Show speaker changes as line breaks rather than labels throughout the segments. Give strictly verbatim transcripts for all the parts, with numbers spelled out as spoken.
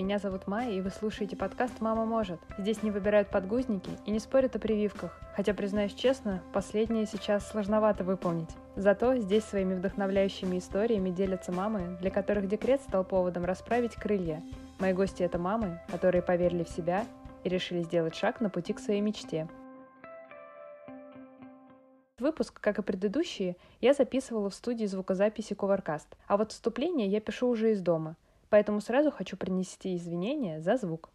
меня зовут Майя, и вы слушаете подкаст «Мама может». Здесь не выбирают подгузники и не спорят о прививках, хотя, признаюсь честно, последнее сейчас сложновато выполнить. Зато здесь своими вдохновляющими историями делятся мамы, для которых декрет стал поводом расправить крылья. Мои гости — это мамы, которые поверили в себя и решили сделать шаг на пути к своей мечте. Выпуск, как и предыдущие, я записывала в студии звукозаписи Covercast, а вот вступление я пишу уже из дома, поэтому сразу хочу принести извинения за звук.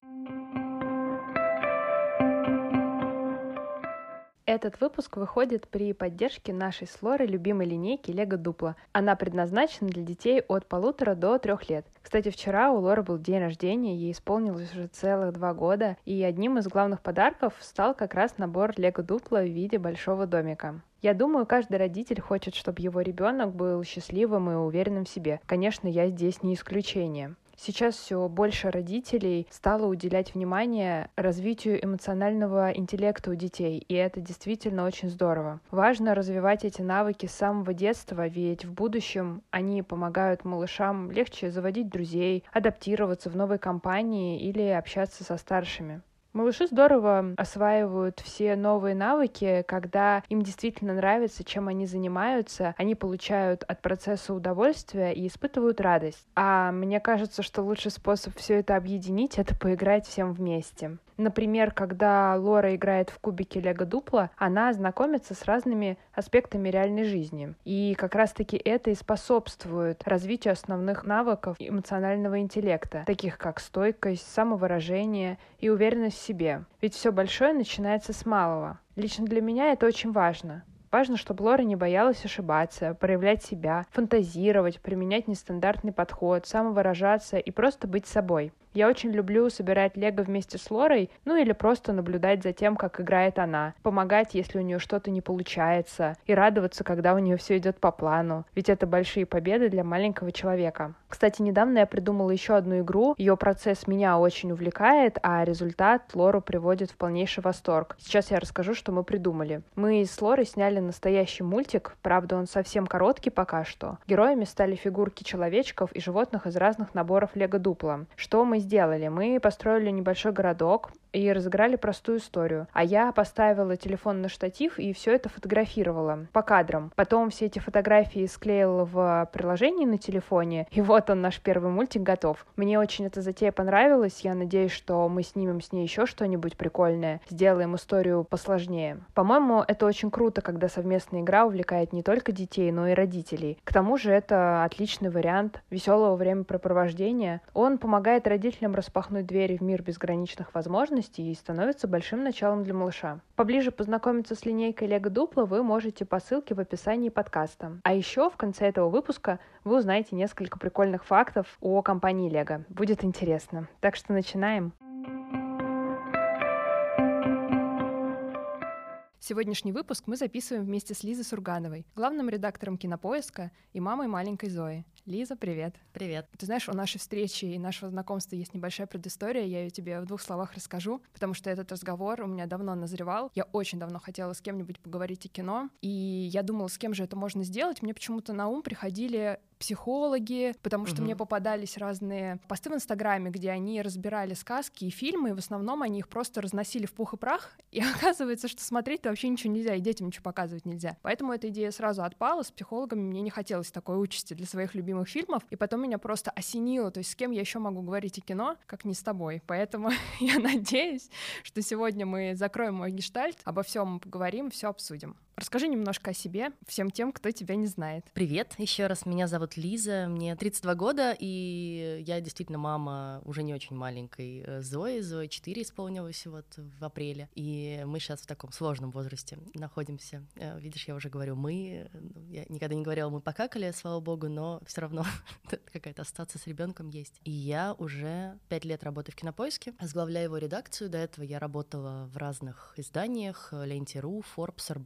Этот выпуск выходит при поддержке нашей с Лорой любимой линейки Lego Duplo. Она предназначена для детей от полутора до трех лет. Кстати, вчера у Лоры был день рождения, ей исполнилось уже целых два года, и одним из главных подарков стал как раз набор Lego Duplo в виде большого домика. Я думаю, каждый родитель хочет, чтобы его ребенок был счастливым и уверенным в себе. Конечно, я здесь не исключение. Сейчас все больше родителей стало уделять внимание развитию эмоционального интеллекта у детей, и это действительно очень здорово. Важно развивать эти навыки с самого детства, ведь в будущем они помогают малышам легче заводить друзей, адаптироваться в новой компании или общаться со старшими. Малыши здорово осваивают все новые навыки, когда им действительно нравится, чем они занимаются, они получают от процесса удовольствие и испытывают радость. А мне кажется, что лучший способ все это объединить — это поиграть всем вместе. Например, когда Лора играет в кубики Lego Duplo, она знакомится с разными аспектами реальной жизни. И как раз-таки это и способствует развитию основных навыков эмоционального интеллекта, таких как стойкость, самовыражение и уверенность в себе. Ведь все большое начинается с малого. Лично для меня это очень важно. Важно, чтобы Лора не боялась ошибаться, проявлять себя, фантазировать, применять нестандартный подход, самовыражаться и просто быть собой. Я очень люблю собирать лего вместе с Лорой, ну или просто наблюдать за тем, как играет она, помогать, если у нее что-то не получается, и радоваться, когда у нее все идет по плану, ведь это большие победы для маленького человека. Кстати, недавно я придумала еще одну игру, ее процесс меня очень увлекает, а результат Лору приводит в полнейший восторг. Сейчас я расскажу, что мы придумали. Мы с Лорой сняли настоящий мультик, правда он совсем короткий пока что. Героями стали фигурки человечков и животных из разных наборов Lego Duplo. Что мы сделали? Мы построили небольшой городок и разыграли простую историю. А я поставила телефон на штатив и все это фотографировала по кадрам. Потом все эти фотографии склеила в приложении на телефоне, и вот он, наш первый мультик, готов. Мне очень эта затея понравилась, я надеюсь, что мы снимем с ней еще что-нибудь прикольное, сделаем историю посложнее. По-моему, это очень круто, когда совместная игра увлекает не только детей, но и родителей. К тому же это отличный вариант веселого времяпрепровождения. Он помогает родителям распахнуть двери в мир безграничных возможностей и становится большим началом для малыша. Поближе познакомиться с линейкой Lego Duplo вы можете по ссылке в описании подкаста. А еще в конце этого выпуска вы узнаете несколько прикольных фактов о компании Lego. Будет интересно. Так что начинаем. Сегодняшний выпуск мы записываем вместе с Лизой Сургановой, главным редактором «Кинопоиска» и мамой маленькой Зои. Лиза, привет.
Привет.
Ты знаешь, у нашей встречи и нашего знакомства есть небольшая предыстория, я ее тебе в двух словах расскажу, потому что этот разговор у меня давно назревал. Я очень давно хотела с кем-нибудь поговорить о кино, и я думала, с кем же это можно сделать. Мне почему-то на ум приходили психологи, потому что угу. мне попадались разные посты в Инстаграме, где они разбирали сказки и фильмы, и в основном они их просто разносили в пух и прах, и оказывается, что смотреть-то вообще ничего нельзя, и детям ничего показывать нельзя. Поэтому эта идея сразу отпала, с психологами мне не хотелось такой участи для своих любимых фильмов, и потом меня просто осенило, то есть с кем я еще могу говорить о кино, как не с тобой. Поэтому я надеюсь, что сегодня мы закроем мой гештальт, обо всем поговорим, все обсудим. Расскажи немножко о себе всем тем, кто тебя не знает.
Привет, еще раз, меня зовут Лиза, мне тридцать два года, и я действительно мама уже не очень маленькой Зои, Зои четыре исполнилось вот в апреле, и мы сейчас в таком сложном возрасте находимся. Видишь, я уже говорю «мы», я никогда не говорила «мы покакали», слава богу, но все равно какая-то ассоциация с ребенком есть. И я уже пять лет работаю в «Кинопоиске», возглавляю его редакцию, до этого я работала в разных изданиях, Ленте.ру, Forbes, эр бэ ка, и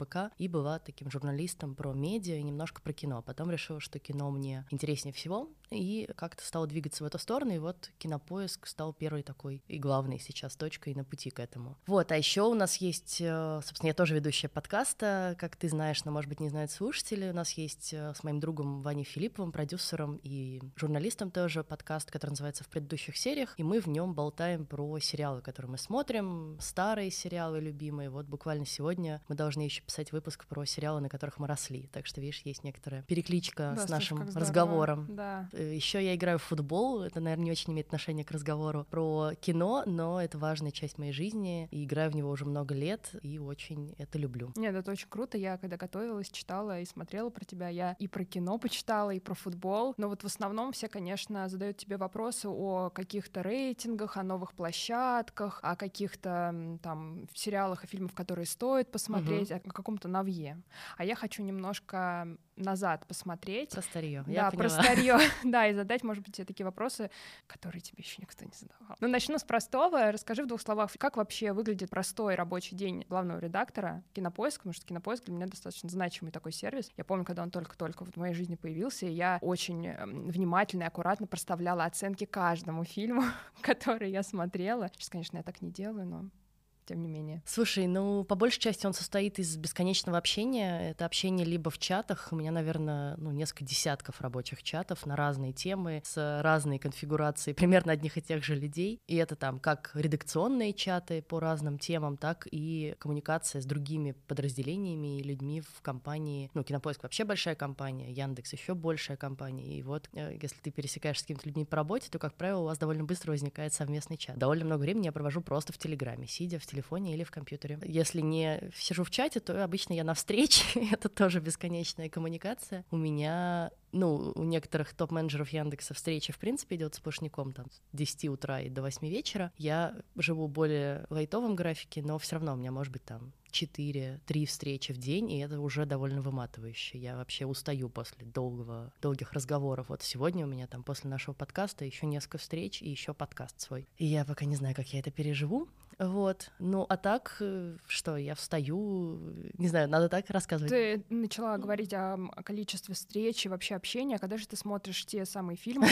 и была таким журналистом про медиа и немножко про кино. Потом решила, что кино мне интереснее всего, и как-то стала двигаться в эту сторону, и вот Кинопоиск стал первой такой и главной сейчас точкой на пути к этому. Вот, а еще у нас есть, собственно, я тоже ведущая подкаста, как ты знаешь, но, может быть, не знают слушатели, у нас есть с моим другом Ваней Филипповым, продюсером и журналистом тоже подкаст, который называется «В предыдущих сериях», и мы в нем болтаем про сериалы, которые мы смотрим, старые сериалы любимые. Вот буквально сегодня мы должны еще писать выпуск про сериалы, на которых мы росли, так что, видишь, есть некоторая перекличка
Да,
с
слушай,
нашим
как здорово.
разговором.
Да.
Еще я играю в футбол, это, наверное, не очень имеет отношение к разговору про кино, но это важная часть моей жизни, и играю в него уже много лет, и очень это люблю.
Нет, это очень круто. Я когда готовилась, читала и смотрела про тебя, я и про кино почитала, и про футбол, но вот в основном все, конечно, задают тебе вопросы о каких-то рейтингах, о новых площадках, о каких-то там сериалах и фильмах, которые стоит посмотреть, угу. о каком-то новье. А я хочу немножко назад посмотреть.
Про старье.
Да,
я
про
поняла.
старье. Да, и задать, может быть, тебе такие вопросы, которые тебе еще никто не задавал. Ну, начну с простого. Расскажи в двух словах, как вообще выглядит простой рабочий день главного редактора Кинопоиска, потому что Кинопоиск для меня достаточно значимый такой сервис. Я помню, когда он только-только в моей жизни появился, и я очень внимательно и аккуратно проставляла оценки каждому фильму, который я смотрела. Сейчас, конечно, я так не делаю, но тем не менее.
Слушай, ну, по большей части он состоит из бесконечного общения. Это общение либо в чатах, у меня, наверное, ну, несколько десятков рабочих чатов на разные темы, с разной конфигурацией примерно одних и тех же людей. И это там как редакционные чаты по разным темам, так и коммуникация с другими подразделениями и людьми в компании. Ну, Кинопоиск вообще большая компания, Яндекс еще большая компания. И вот, если ты пересекаешься с какими-то людьми по работе, то, как правило, у вас довольно быстро возникает совместный чат. Довольно много времени я провожу просто в Телеграме, сидя в телефоне телефоне или в компьютере. Если не сижу в чате, то обычно я на встрече, это тоже бесконечная коммуникация. У меня, ну, у некоторых топ-менеджеров Яндекса встреча, в принципе, идет сплошняком там с десяти утра и до восьми вечера. Я живу в более лайтовом графике, но все равно у меня может быть там четыре-три встречи в день, и это уже довольно выматывающе. Я вообще устаю после долгого, долгих разговоров. Вот сегодня у меня там после нашего подкаста еще несколько встреч и еще подкаст свой. И я пока не знаю, как я это переживу. Вот. Ну, а так, что, я встаю, не знаю, надо так рассказывать.
Ты начала говорить о количестве встреч и вообще общения. Когда же ты смотришь те самые фильмы,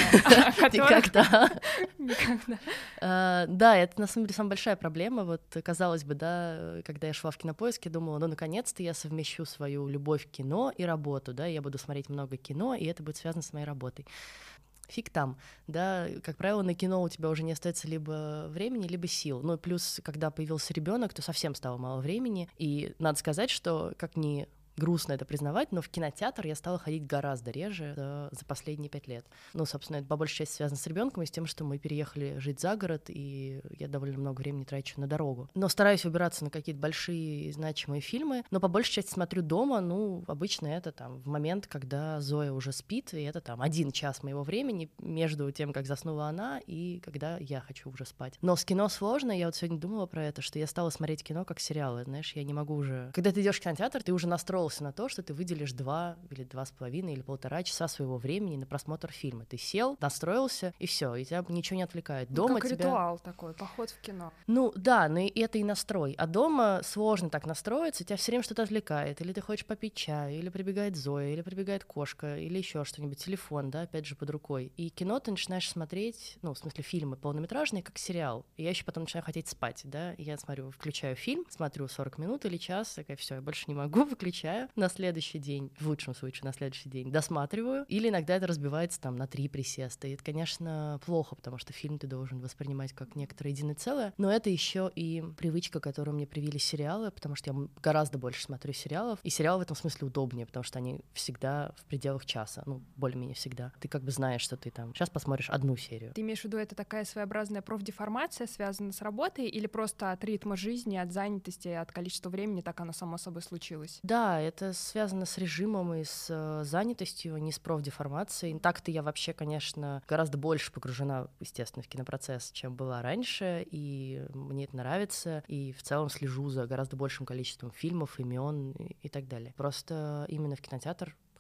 Никогда.
Никогда.
Да, это на самом деле самая большая проблема. Вот, казалось бы, да, когда я шла в Кинопоиск, я думала, ну, наконец-то я совмещу свою любовь к кино и работу, да, я буду смотреть много кино, и это будет связано с моей работой. Фиг там, да, как правило, на кино у тебя уже не остается либо времени, либо сил. Ну, плюс, когда появился ребенок, то совсем стало мало времени, и надо сказать, что, как ни грустно это признавать, но в кинотеатр я стала ходить гораздо реже за, за последние пять лет. Ну, собственно, это по большей части связано с ребенком и с тем, что мы переехали жить за город, и я довольно много времени трачу на дорогу. Но стараюсь выбираться на какие-то большие значимые фильмы, но по большей части смотрю дома, ну, обычно это там в момент, когда Зоя уже спит, и это там один час моего времени между тем, как заснула она, и когда я хочу уже спать. Но с кино сложно, я вот сегодня думала про это, что я стала смотреть кино как сериалы, знаешь, я не могу уже... Когда ты идешь в кинотеатр, ты уже настроил на то, что ты выделишь два или два с половиной или полтора часа своего времени на просмотр фильма. Ты сел, настроился, и все, и тебя ничего не отвлекает. Дома
ну, как
тебя...
ритуал такой, поход в кино.
Ну да, но и это и настрой. А дома сложно так настроиться, тебя все время что-то отвлекает. Или ты хочешь попить чай, или прибегает Зоя, или прибегает кошка, или еще что-нибудь, телефон, да, опять же, под рукой. И кино ты начинаешь смотреть, ну, в смысле, фильмы полнометражные, как сериал. И я еще потом начинаю хотеть спать, да. И я смотрю, включаю фильм, смотрю сорок минут или час, такая, все, я больше не могу, выключаю. На следующий день, в лучшем случае, на следующий день досматриваю, или иногда это разбивается там на три присеста, и это, конечно, плохо, потому что фильм ты должен воспринимать как некоторое единое целое, но это еще и привычка, которую мне привили сериалы, потому что я гораздо больше смотрю сериалов, и сериалы в этом смысле удобнее, потому что они всегда в пределах часа, ну, более-менее всегда. Ты как бы знаешь, что ты там сейчас посмотришь одну серию.
Ты имеешь в виду, это такая своеобразная профдеформация, связана с работой, или просто от ритма жизни, от занятости, от количества времени, так оно само собой случилось?
Да, это связано с режимом и с э, занятостью, не с профдеформацией. Так-то я вообще, конечно, гораздо больше погружена, естественно, в кинопроцесс, чем была раньше, и мне это нравится, и в целом слежу за гораздо большим количеством фильмов, имен и, и так далее. Просто именно в кинотеатр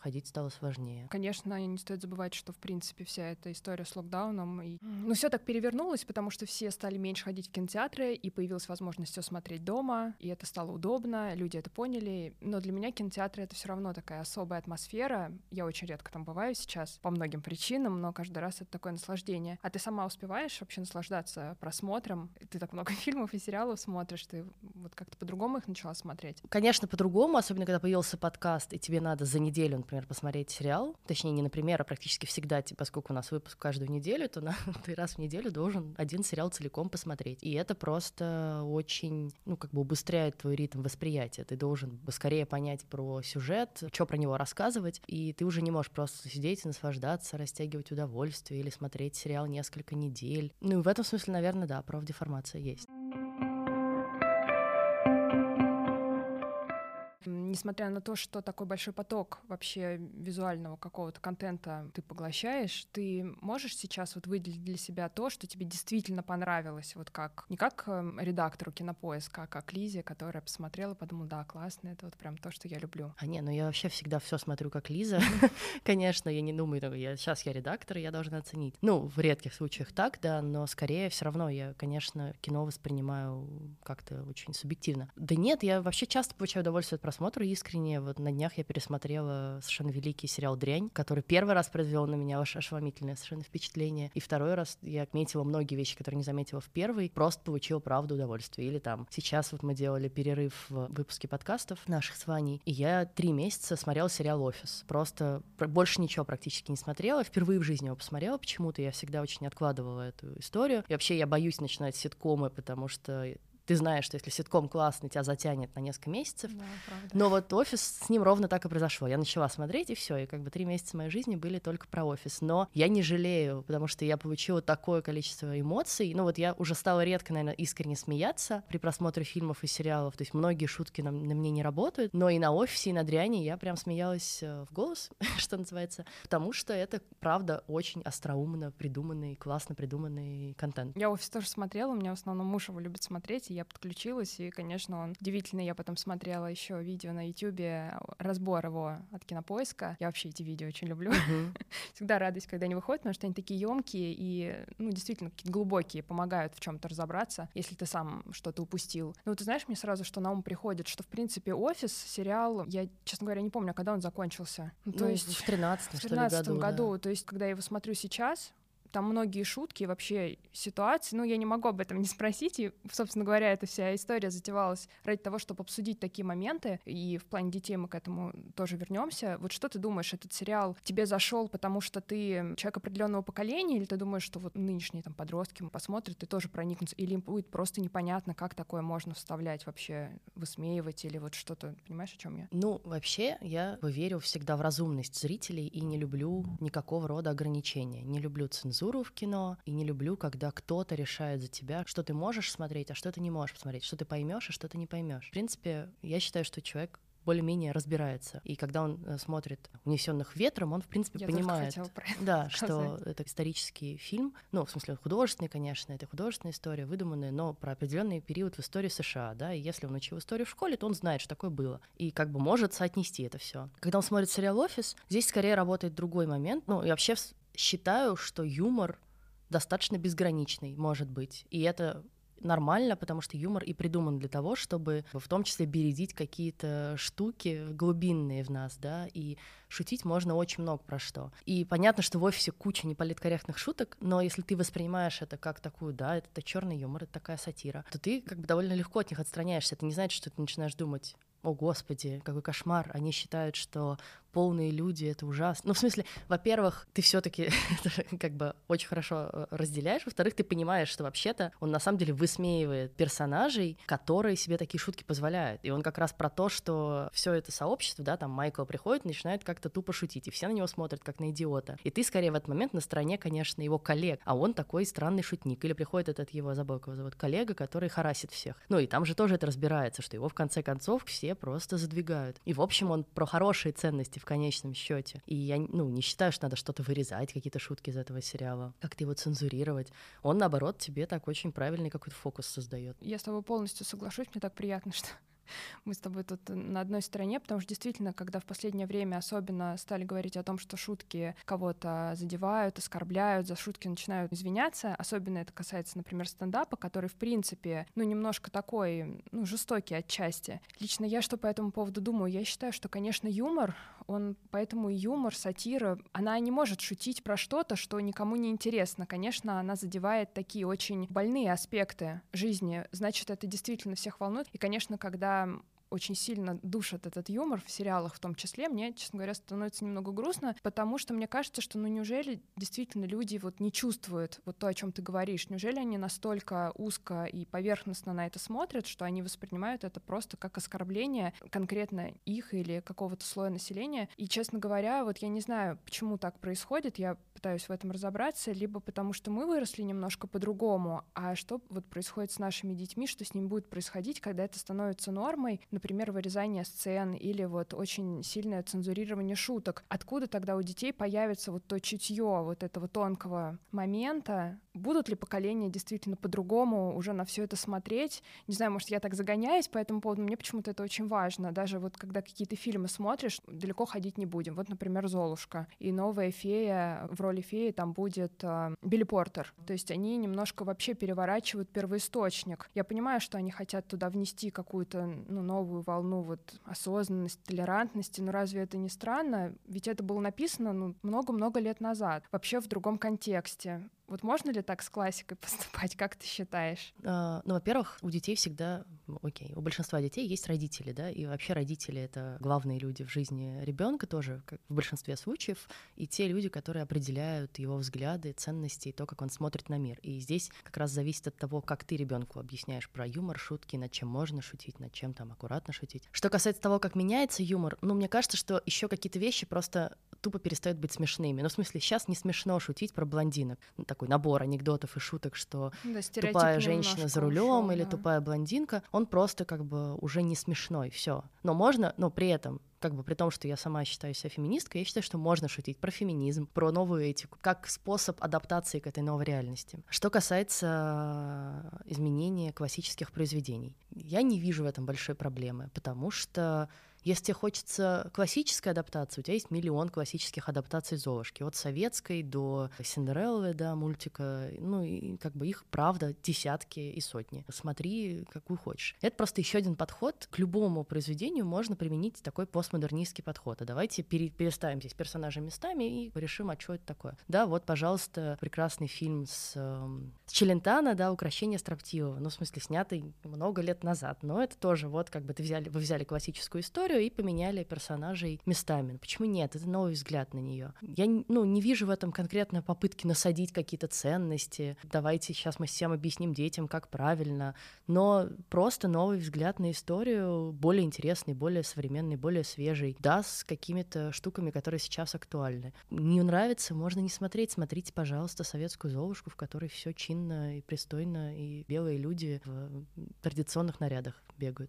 ходить стало сложнее.
Конечно, не стоит забывать, что, в принципе, вся эта история с локдауном, и... ну, все так перевернулось, потому что все стали меньше ходить в кинотеатры, и появилась возможность все смотреть дома, и это стало удобно, люди это поняли. Но для меня кинотеатры — это все равно такая особая атмосфера. Я очень редко там бываю сейчас, по многим причинам, но каждый раз это такое наслаждение. А ты сама успеваешь вообще наслаждаться просмотром? Ты так много фильмов и сериалов смотришь, ты вот как-то по-другому их начала смотреть?
Конечно, по-другому, особенно когда появился подкаст, и тебе надо за неделю, например, посмотреть сериал. Точнее, не например, а практически всегда, типа, поскольку у нас выпуск каждую неделю, то на, ты раз в неделю должен один сериал целиком посмотреть. И это просто очень, ну, как бы убыстряет твой ритм восприятия. Ты должен скорее понять про сюжет, что про него рассказывать, и ты уже не можешь просто сидеть и наслаждаться, растягивать удовольствие или смотреть сериал несколько недель. Ну, и в этом смысле, наверное, да, профдеформация есть.
Несмотря на то, что такой большой поток вообще визуального какого-то контента ты поглощаешь, ты можешь сейчас вот выделить для себя то, что тебе действительно понравилось, вот как, не как э, редактору Кинопоиска, а как Лизе, которая посмотрела и подумала, да, классно, это вот прям то, что я люблю.
А не, ну я вообще всегда все смотрю как Лиза. Конечно, я не думаю, я, сейчас я редактор, и я должна оценить. Ну, в редких случаях так, да, но скорее все равно я, конечно, кино воспринимаю как-то очень субъективно. Да нет, я вообще часто получаю удовольствие от просмотра искренне. Вот на днях я пересмотрела совершенно великий сериал «Дрянь», который первый раз произвел на меня ошеломительное совершенно впечатление. И второй раз я отметила многие вещи, которые не заметила в первый, просто получила правда удовольствие. Или там сейчас вот мы делали перерыв в выпуске подкастов наших с Ваней, и я три месяца смотрела сериал «Офис». Просто больше ничего практически не смотрела. Впервые в жизни его посмотрела почему-то. Я всегда очень откладывала эту историю. И вообще я боюсь начинать ситкомы, потому что ты знаешь, что если ситком классный, тебя затянет на несколько месяцев.
Да, правда.
Но вот «Офис», с ним ровно так и произошло. Я начала смотреть, и все, и как бы три месяца моей жизни были только про «Офис». Но я не жалею, потому что я получила такое количество эмоций. Ну вот я уже стала редко, наверное, искренне смеяться при просмотре фильмов и сериалов. То есть многие шутки на, на мне не работают. Но и на «Офисе», и на «Дряни» я прям смеялась в голос, что называется, потому что это, правда, очень остроумно придуманный, классно придуманный контент.
Я «Офис» тоже смотрела, у меня в основном муж его любит смотреть, и я подключилась, и, конечно, он удивительный. Я потом смотрела еще видео на Ютубе, разбор его от Кинопоиска. Я вообще эти видео очень люблю. Uh-huh. Всегда радуюсь, когда они выходят, потому что они такие емкие и, ну, действительно, какие-то глубокие, помогают в чем-то разобраться, если ты сам что-то упустил. Ну, ты знаешь, мне сразу что на ум приходит, что, в принципе, «Офис», сериал, я, честно говоря, не помню, когда он закончился.
Ну, то ну, есть в тринадцатом,
в тринадцатом году.
Да.
То есть, когда я его смотрю сейчас, там многие шутки, вообще ситуации, ну, я не могу об этом не спросить, и, собственно говоря, эта вся история затевалась ради того, чтобы обсудить такие моменты, и в плане детей мы к этому тоже вернемся. Вот что ты думаешь, этот сериал тебе зашел, потому что ты человек определенного поколения, или ты думаешь, что вот нынешние там подростки посмотрят и тоже проникнутся, или им будет просто непонятно, как такое можно вставлять вообще, высмеивать, или вот что-то, понимаешь, о чем я?
Ну, вообще, я верю всегда в разумность зрителей и не люблю никакого рода ограничения, не люблю цензуру в кино, и не люблю, когда кто-то решает за тебя, что ты можешь смотреть, а что ты не можешь посмотреть, что ты поймешь, а что ты не поймешь. В принципе, я считаю, что человек более-менее разбирается. И когда он смотрит «Унесённых ветром», он, в принципе,
я
понимает, да,
сказать.
что это исторический фильм. Ну, в смысле, художественный, конечно, это художественная история, выдуманная, но про определенный период в истории США, да, и если он учил историю в школе, то он знает, что такое было, и как бы может соотнести это все. Когда он смотрит сериал «Офис», здесь скорее работает другой момент. Ну, и вообще считаю, что юмор достаточно безграничный, может быть, и это нормально, потому что юмор и придуман для того, чтобы в том числе бередить какие-то штуки глубинные в нас, да, и шутить можно очень много про что. И понятно, что в «Офисе» куча неполиткорректных шуток, но если ты воспринимаешь это как такую, да, это черный юмор, это такая сатира, то ты как бы довольно легко от них отстраняешься. Это не значит, что ты начинаешь думать: о, Господи, какой кошмар, они считают, что полные люди — это ужасно. Ну, в смысле, во-первых, ты все-таки как бы очень хорошо разделяешь, во-вторых, ты понимаешь, что вообще-то он на самом деле высмеивает персонажей, которые себе такие шутки позволяют. И он как раз про то, что все это сообщество, да, там Майкл приходит, начинает как-то тупо шутить, и все на него смотрят как на идиота. И ты скорее в этот момент на стороне, конечно, его коллег, а он такой странный шутник. Или приходит этот его, забыл, как его зовут, коллега, который харасит всех. Ну, и там же тоже это разбирается, что его в конце концов все просто задвигают. И, в общем, он про хорошие ценности в конечном счете. И я, ну, не считаю, что надо что-то вырезать, какие-то шутки из этого сериала, как-то его цензурировать. Он, наоборот, тебе так очень правильный какой-то фокус создает.
Я с тобой полностью соглашусь, мне так приятно, что Мы с тобой тут на одной стороне, потому что действительно, когда в последнее время особенно стали говорить о том, что шутки кого-то задевают, оскорбляют, за шутки начинают извиняться, особенно это касается, например, стендапа, который, в принципе, ну, немножко такой, ну, жестокий отчасти. Лично я что по этому поводу думаю? Я считаю, что, конечно, юмор, он, поэтому и юмор, сатира, она не может шутить про что-то, что никому не интересно. Конечно, она задевает такие очень больные аспекты жизни, значит, это действительно всех волнует. И, конечно, когда очень сильно душат этот юмор в сериалах в том числе, мне, честно говоря, становится немного грустно, потому что мне кажется, что ну неужели действительно люди вот не чувствуют вот то, о чем ты говоришь? Неужели они настолько узко и поверхностно на это смотрят, что они воспринимают это просто как оскорбление конкретно их или какого-то слоя населения? И, честно говоря, вот я не знаю, почему так происходит, я пытаюсь в этом разобраться, либо потому что мы выросли немножко по-другому, а что вот происходит с нашими детьми, что с ними будет происходить, когда это становится нормой, например, вырезание сцен или вот очень сильное цензурирование шуток. Откуда тогда у детей появится вот то чутье вот этого тонкого момента? Будут ли поколения действительно по-другому уже на все это смотреть? Не знаю, может, я так загоняюсь по этому поводу, но мне почему-то это очень важно. Даже вот когда какие-то фильмы смотришь, далеко ходить не будем. Вот, например, «Золушка». И новая фея, в роли феи там будет э, Билли Портер. То есть они немножко вообще переворачивают первоисточник. Я понимаю, что они хотят туда внести какую-то ну, новую волну вот осознанности, толерантности, но разве это не странно? Ведь это было написано ну, много-много лет назад, вообще в другом контексте. Вот можно ли так с классикой поступать, как ты считаешь?
А, ну, во-первых, у детей всегда, окей, у большинства детей есть родители, да, и вообще родители — это главные люди в жизни ребенка тоже, как в большинстве случаев, и те люди, которые определяют его взгляды, ценности и то, как он смотрит на мир. И здесь как раз зависит от того, как ты ребенку объясняешь про юмор, шутки, над чем можно шутить, над чем там аккуратно шутить. Что касается того, как меняется юмор, ну, мне кажется, что еще какие-то вещи просто тупо перестают быть смешными. Ну, в смысле, сейчас не смешно шутить про блондинок. Ну, такой набор анекдотов и шуток, что да, тупая женщина за рулем или да. тупая блондинка, он просто как бы уже не смешной, все. Но можно, но при этом как бы при том, что я сама считаю себя феминисткой, я считаю, что можно шутить про феминизм, про новую этику, как способ адаптации к этой новой реальности. Что касается изменения классических произведений, я не вижу в этом большой проблемы, потому что если тебе хочется классической адаптации, у тебя есть миллион классических адаптаций Золушки. От советской до Синдереллы, да, мультика. Ну, и как бы их, правда, десятки и сотни. Смотри, какую хочешь. Это просто еще один подход. К любому произведению можно применить такой постмодернистский подход. А давайте пере- переставим здесь персонажи местами и решим, а что это такое. Да, вот, пожалуйста, прекрасный фильм с, э, с Челентано, да, «Укрощение строптивого». Ну, в смысле, снятый много лет назад. Но это тоже вот как бы ты взяли, вы взяли классическую историю и поменяли персонажей местами. Почему нет? Это новый взгляд на нее. Я ну, не вижу в этом конкретно попытки насадить какие-то ценности. Давайте сейчас мы всем объясним детям, как правильно. Но просто новый взгляд на историю, более интересный, более современный, более свежий. Да, с какими-то штуками, которые сейчас актуальны. Не нравится, можно не смотреть. Смотрите, пожалуйста, советскую Золушку, в которой все чинно и пристойно, и белые люди в традиционных нарядах бегают.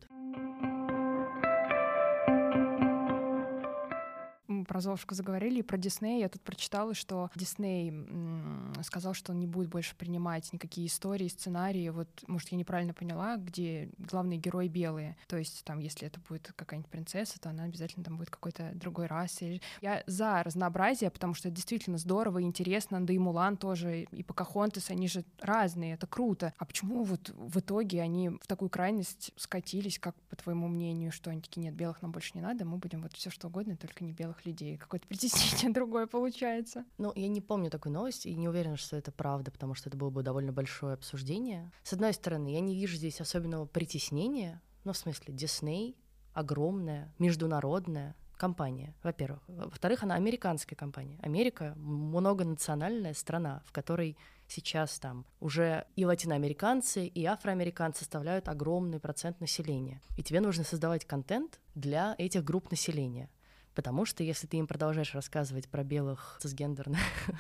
Про Золушку заговорили, и про Дисней. Я тут прочитала, что Дисней м- сказал, что он не будет больше принимать никакие истории, сценарии. Вот, может, я неправильно поняла, где главные герои белые. То есть, там, если это будет какая-нибудь принцесса, то она обязательно там будет какой-то другой расы. Я за разнообразие, потому что это действительно здорово и интересно. Да и Мулан тоже, и Покахонтас, они же разные, это круто. А почему вот в итоге они в такую крайность скатились, как по твоему мнению, что они такие, нет, белых нам больше не надо, мы будем вот все что угодно, только не белых людей. Какое-то притеснение другое получается.
Ну, я не помню такой новости и не уверена, что это правда, потому что это было бы довольно большое обсуждение. С одной стороны, я не вижу здесь особенного притеснения, ну, в смысле, Дисней огромная, международная компания, во-первых. Во-вторых, она американская компания. Америка — многонациональная страна, в которой сейчас там уже и латиноамериканцы, и афроамериканцы составляют огромный процент населения. И тебе нужно создавать контент для этих групп населения. Потому что если ты им продолжаешь рассказывать про белых цисгендерных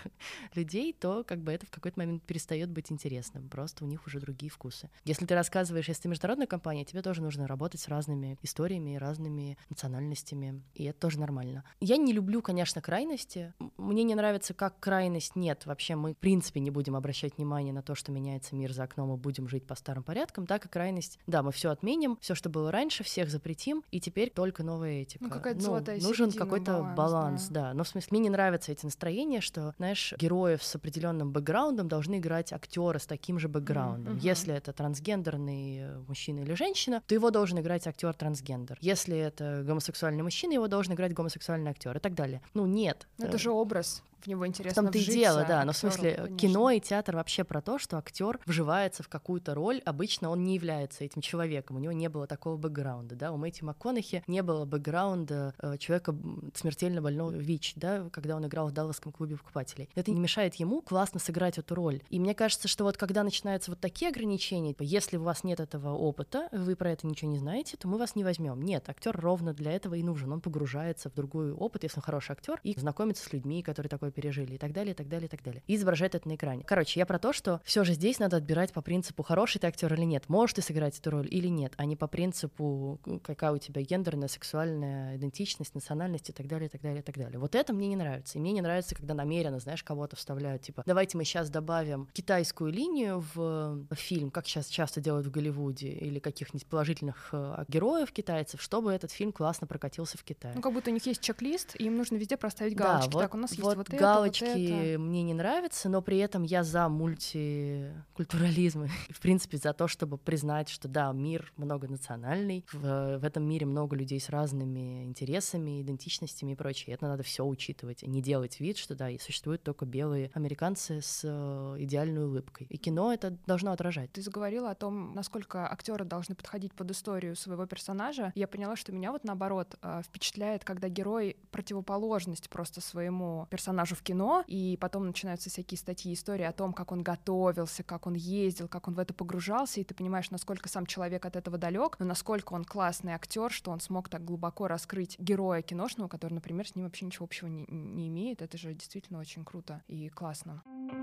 людей, то как бы это в какой-то момент перестает быть интересным, просто у них уже другие вкусы. Если ты рассказываешь, если ты международная компания, тебе тоже нужно работать с разными историями, разными национальностями, и это тоже нормально. Я не люблю, конечно, крайности. Мне не нравится, как крайность нет. Вообще мы, в принципе, не будем обращать внимание на то, что меняется мир за окном, и будем жить по старым порядкам, так и крайность. Да, мы все отменим, все, что было раньше, всех запретим, и теперь только новая этика.
Ну, какая-то
ну,
золотая
нужен
середина,
какой-то баланс, баланс да. да. Но в смысле, мне не нравятся эти настроения, что, знаешь, героев с определенным бэкграундом должны играть актеры с таким же бэкграундом. Mm-hmm. Если это трансгендерный мужчина или женщина, то его должен играть актер трансгендер. Если это гомосексуальный мужчина, его должен играть гомосексуальный актер и так далее. Ну, нет.
Это же образ. В него интересно
в том-то и дело, да, но в смысле
конечно.
Кино и театр вообще про то, что актер вживается в какую-то роль, обычно он не является этим человеком, у него не было такого бэкграунда, да, у Мэтью МакКонахи не было бэкграунда э, человека смертельно больного ВИЧ, да, когда он играл в Далласском клубе покупателей. Это не мешает ему классно сыграть эту роль. И мне кажется, что вот когда начинаются вот такие ограничения, если у вас нет этого опыта, вы про это ничего не знаете, то мы вас не возьмем. Нет, актер ровно для этого и нужен, он погружается в другой опыт, если он хороший актер, и знакомится с людьми, которые такой пережили, и так далее, и так далее, и так далее. И изображает это на экране. Короче, я про то, что все же здесь надо отбирать по принципу, хороший ты актер или нет, можешь ты сыграть эту роль или нет, а не по принципу, какая у тебя гендерная, сексуальная идентичность, национальность и так далее, и так далее, и так далее. Вот это мне не нравится. И мне не нравится, когда намеренно, знаешь, кого-то вставляют, типа, давайте мы сейчас добавим китайскую линию в фильм, как сейчас часто делают в Голливуде, или каких-нибудь положительных э, героев китайцев, чтобы этот фильм классно прокатился в Китае.
Ну, как будто у них есть чек-лист, и им нужно везде проставить галочки.
Да, вот,
так, у нас есть
вот
вот
галочки
это, вот это.
Мне не нравятся, но при этом я за мультикультурализм, и, в принципе, за то, чтобы признать, что да, мир многонациональный, в, в этом мире много людей с разными интересами, идентичностями и прочее. Это надо все учитывать, а не делать вид, что да, и существуют только белые американцы с э, идеальной улыбкой. И кино это должно отражать.
Ты заговорила о том, насколько актеры должны подходить под историю своего персонажа. Я поняла, что меня вот наоборот впечатляет, когда герой противоположность просто своему персонажу в кино, и потом начинаются всякие статьи, истории о том, как он готовился, как он ездил, как он в это погружался, и ты понимаешь, насколько сам человек от этого далек, но насколько он классный актер, что он смог так глубоко раскрыть героя киношного, который, например, с ним вообще ничего общего не, не имеет. Это же действительно очень круто и классно.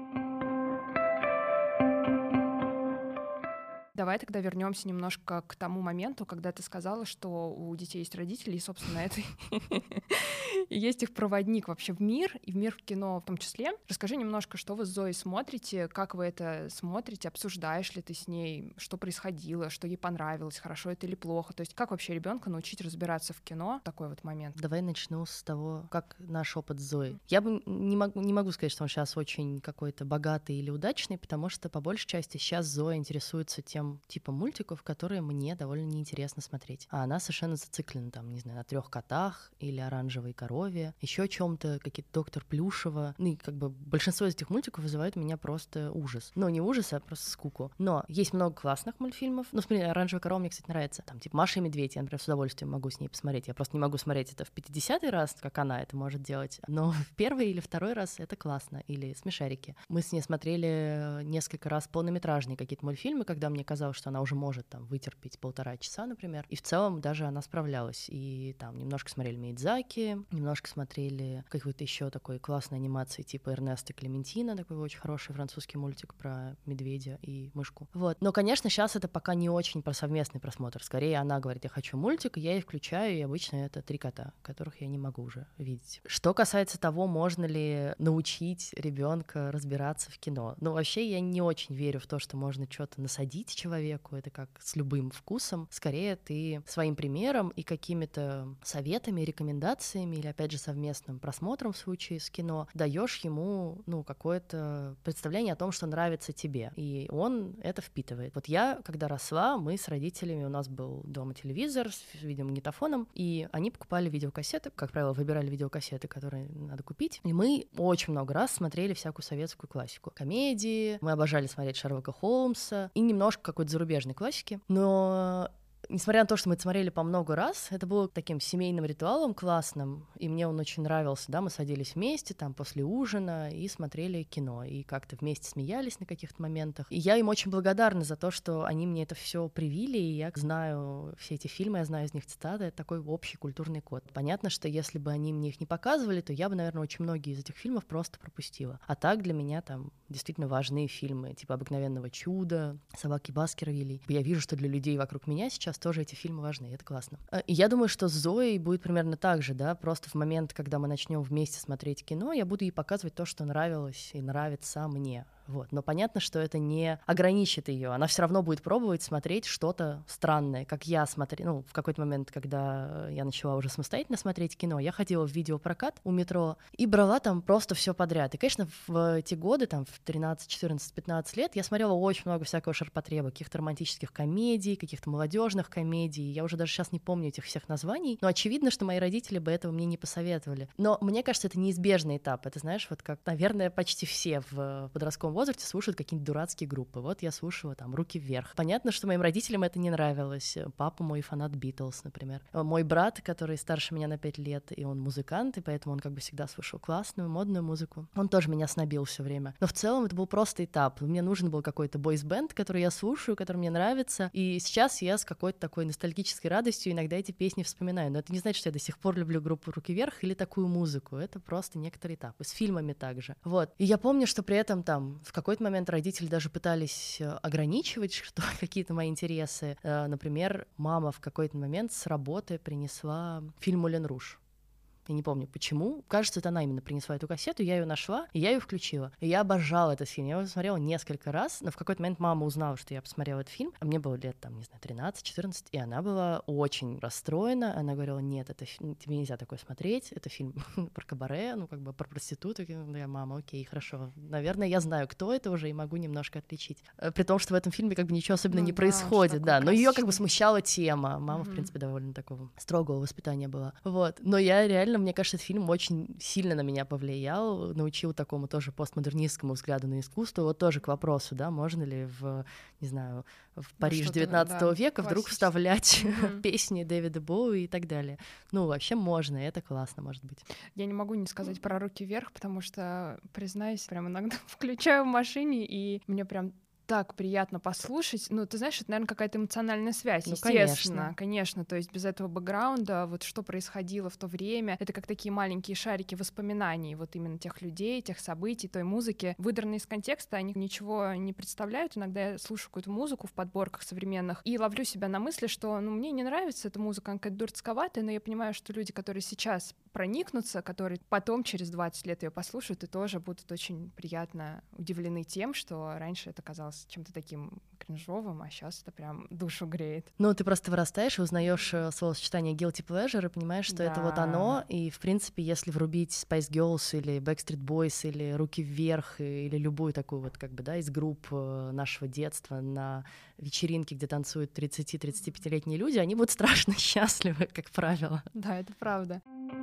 Давай тогда вернемся немножко к тому моменту, когда ты сказала, что у детей есть родители, и, собственно, это есть их проводник вообще в мир, и в мир в кино в том числе. Расскажи немножко, что вы с Зоей смотрите, как вы это смотрите, обсуждаешь ли ты с ней, что происходило, что ей понравилось, хорошо это или плохо. То есть как вообще ребенка научить разбираться в кино в такой вот момент?
Давай начну с того, как наш опыт с Зоей. Я бы не могу, не могу сказать, что он сейчас очень какой-то богатый или удачный, потому что по большей части сейчас Зоя интересуется тем типа мультиков, которые мне довольно неинтересно смотреть. А она совершенно зациклена там, не знаю, на трех котах или оранжевой корове, еще о чем-то, какие-то доктор Плюшева. Ну и как бы большинство из этих мультиков вызывает у меня просто ужас. Ну, не ужас, а просто скуку. Но есть много классных мультфильмов. Ну, смотри, оранжевая корова мне, кстати, нравится. Там, типа, Маша и Медведь, я, например, с удовольствием могу с ней посмотреть. Я просто не могу смотреть это в пятидесятый раз, как она это может делать. Но в первый или второй раз это классно. Или Смешарики. Мы с ней смотрели несколько раз полнометражные какие-то мультфильмы, когда мне казалось, что она уже может там вытерпеть полтора часа, например, и в целом даже она справлялась. И там немножко смотрели Миядзаки, немножко смотрели какой-то еще такой классной анимации типа Эрнест и Клементина, такой очень хороший французский мультик про медведя и мышку. Вот. Но, конечно, сейчас это пока не очень про совместный просмотр. Скорее она говорит, я хочу мультик, я и включаю, и обычно это три кота, которых я не могу уже видеть. Что касается того, можно ли научить ребенка разбираться в кино. Ну, вообще я не очень верю в то, что можно что-то насадить человеку. Это как с любым вкусом. Скорее ты своим примером и какими-то советами, рекомендациями или, опять же, совместным просмотром в случае с кино даешь ему, ну, какое-то представление о том, что нравится тебе. И он это впитывает. Вот я, когда росла, мы с родителями, у нас был дома телевизор с видеомагнитофоном, и они покупали видеокассеты, как правило, выбирали видеокассеты, которые надо купить. И мы очень много раз смотрели всякую советскую классику. Комедии, мы обожали смотреть Шерлока Холмса и немножко какой-то зарубежной классики, но несмотря на то, что мы это смотрели по много раз, это было таким семейным ритуалом классным, и мне он очень нравился, да, мы садились вместе там после ужина и смотрели кино, и как-то вместе смеялись на каких-то моментах. И я им очень благодарна за то, что они мне это все привили, и я знаю все эти фильмы, я знаю из них цитаты, это такой общий культурный код. Понятно, что если бы они мне их не показывали, то я бы, наверное, очень многие из этих фильмов просто пропустила. А так для меня там действительно важные фильмы, типа «Обыкновенного чуда», «Собаки Баскервилей». Я вижу, что для людей вокруг меня сейчас тоже эти фильмы важны, и это классно. И я думаю, что с Зоей будет примерно так же, да, просто в момент, когда мы начнем вместе смотреть кино, я буду ей показывать то, что нравилось и нравится мне. Вот. Но понятно, что это не ограничит ее. Она все равно будет пробовать смотреть что-то странное, как я смотрела. Ну, в какой-то момент, когда я начала уже самостоятельно смотреть кино, я ходила в видеопрокат у метро и брала там просто все подряд. И, конечно, в те годы, там, в тринадцать, четырнадцать, пятнадцать лет, я смотрела очень много всякого ширпотреба, каких-то романтических комедий, каких-то молодежных комедий. Я уже даже сейчас не помню этих всех названий, но очевидно, что мои родители бы этого мне не посоветовали. Но мне кажется, это неизбежный этап. Это, знаешь, вот как, наверное, почти все в подростковом возрасте слушают какие-нибудь дурацкие группы. Вот я слушала там «Руки вверх». Понятно, что моим родителям это не нравилось. Папа мой фанат Битлз, например. Мой брат, который старше меня на пять лет, и он музыкант, и поэтому он как бы всегда слушал классную, модную музыку. Он тоже меня снобил все время. Но в целом это был просто этап. Мне нужен был какой-то бойс-бенд, который я слушаю, который мне нравится. И сейчас я с какой-то такой ностальгической радостью иногда эти песни вспоминаю. Но это не значит, что я до сих пор люблю группу «Руки вверх» или такую музыку. Это просто некоторый этап. И с фильмами также. Вот. И я помню, что при этом там в какой-то момент родители даже пытались ограничивать что, какие-то мои интересы. Например, мама в какой-то момент с работы принесла фильм «Мулен Руж». Я не помню, почему. Кажется, это она именно принесла эту кассету, я ее нашла, и я ее включила. И я обожала этот фильм. Я его смотрела несколько раз, но в какой-то момент мама узнала, что я посмотрела этот фильм, а мне было лет, там, не знаю, тринадцать-четырнадцать, и она была очень расстроена. Она говорила: нет, это фи- тебе нельзя такое смотреть, это фильм про кабаре, ну, как бы про проституток. Я: мама, окей, хорошо. Наверное, я знаю, кто это уже, и могу немножко отличить. При том, что в этом фильме как бы ничего особенно
ну,
не
да,
происходит, да, но ее как бы
красочный.
смущала тема. Мама,
Мгм.
в принципе, довольно такого строгого воспитания была. Вот. Но я реально, мне кажется, этот фильм очень сильно на меня повлиял, научил такому тоже постмодернистскому взгляду на искусство. Вот тоже к вопросу, да, можно ли в, не знаю, в Париж
что-то,
девятнадцатого
да,
века вдруг
классическое.
вставлять
Мгм.
песни Дэвида Боуи и так далее. Ну, вообще можно, и это классно, может быть.
Я не могу не сказать про «Руки вверх», потому что, признаюсь, прям иногда включаю в машине, и мне прям так приятно послушать. Ну, ты знаешь, это, наверное, какая-то эмоциональная связь,
Ну,
естественно,
конечно.
конечно. То есть без этого бэкграунда, вот что происходило в то время, это как такие маленькие шарики воспоминаний вот именно тех людей, тех событий, той музыки. Выдранные из контекста, они ничего не представляют. Иногда я слушаю какую-то музыку в подборках современных и ловлю себя на мысли, что, ну, мне не нравится эта музыка, она какая-то дурацковатая, но я понимаю, что люди, которые сейчас проникнутся, которые потом через двадцать лет ее послушают и тоже будут очень приятно удивлены тем, что раньше это казалось чем-то таким кринжовым, а сейчас это прям душу греет.
Ну, ты просто вырастаешь и узнаешь словосочетание guilty pleasure и понимаешь, что
Да.
это вот оно, и, в принципе, если врубить Spice Girls или Backstreet Boys или Руки вверх или любую такую вот, как бы, да, из групп нашего детства на вечеринке, где танцуют тридцати-тридцатипятилетние люди, они будут страшно счастливы, как правило.
Да, это правда.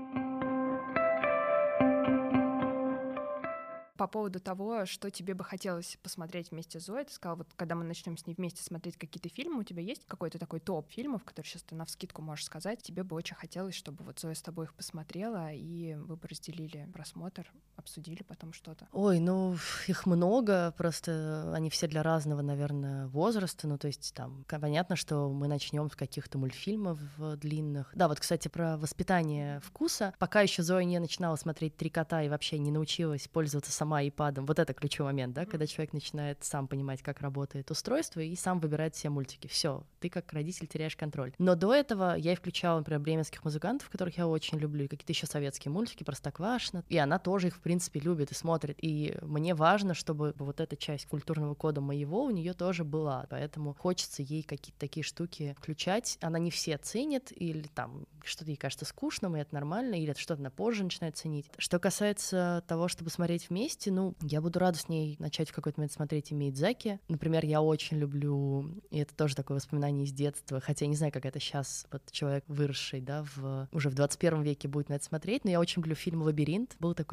По поводу того, что тебе бы хотелось посмотреть вместе с Зоей, ты сказала, вот когда мы начнем с ней вместе смотреть какие-то фильмы, у тебя есть какой-то такой топ фильмов, который сейчас ты навскидку можешь сказать, тебе бы очень хотелось, чтобы вот Зоя с тобой их посмотрела, и вы бы разделили просмотр, обсудили потом что-то?
Ой, ну, их много, просто они все для разного, наверное, возраста, ну, то есть там понятно, что мы начнем с каких-то мультфильмов длинных. Да, вот, кстати, про воспитание вкуса. Пока еще Зоя не начинала смотреть «Три кота» и вообще не научилась пользоваться сама айпадом, вот это ключевой момент, да, когда человек начинает сам понимать, как работает устройство, и сам выбирает все мультики. Все, ты как родитель теряешь контроль. Но до этого я и включала, например, бременских музыкантов, которых я очень люблю, и какие-то еще советские мультики, Простоквашино, и она тоже их, в принципе, любит и смотрит. И мне важно, чтобы вот эта часть культурного кода моего у нее тоже была, поэтому хочется ей какие-то такие штуки включать. Она не все ценит, или там что-то ей кажется скучным, и это нормально, или это что-то она позже начинает ценить. Что касается того, чтобы смотреть вместе, ну, я буду рада с ней начать в какой-то момент смотреть и Миядзаки. Например, я очень люблю, и это тоже такое воспоминание из детства, хотя я не знаю, как это сейчас вот человек выросший, да, в, уже в двадцать первом веке будет на это смотреть, но я очень люблю фильм «Лабиринт». Был такой фильм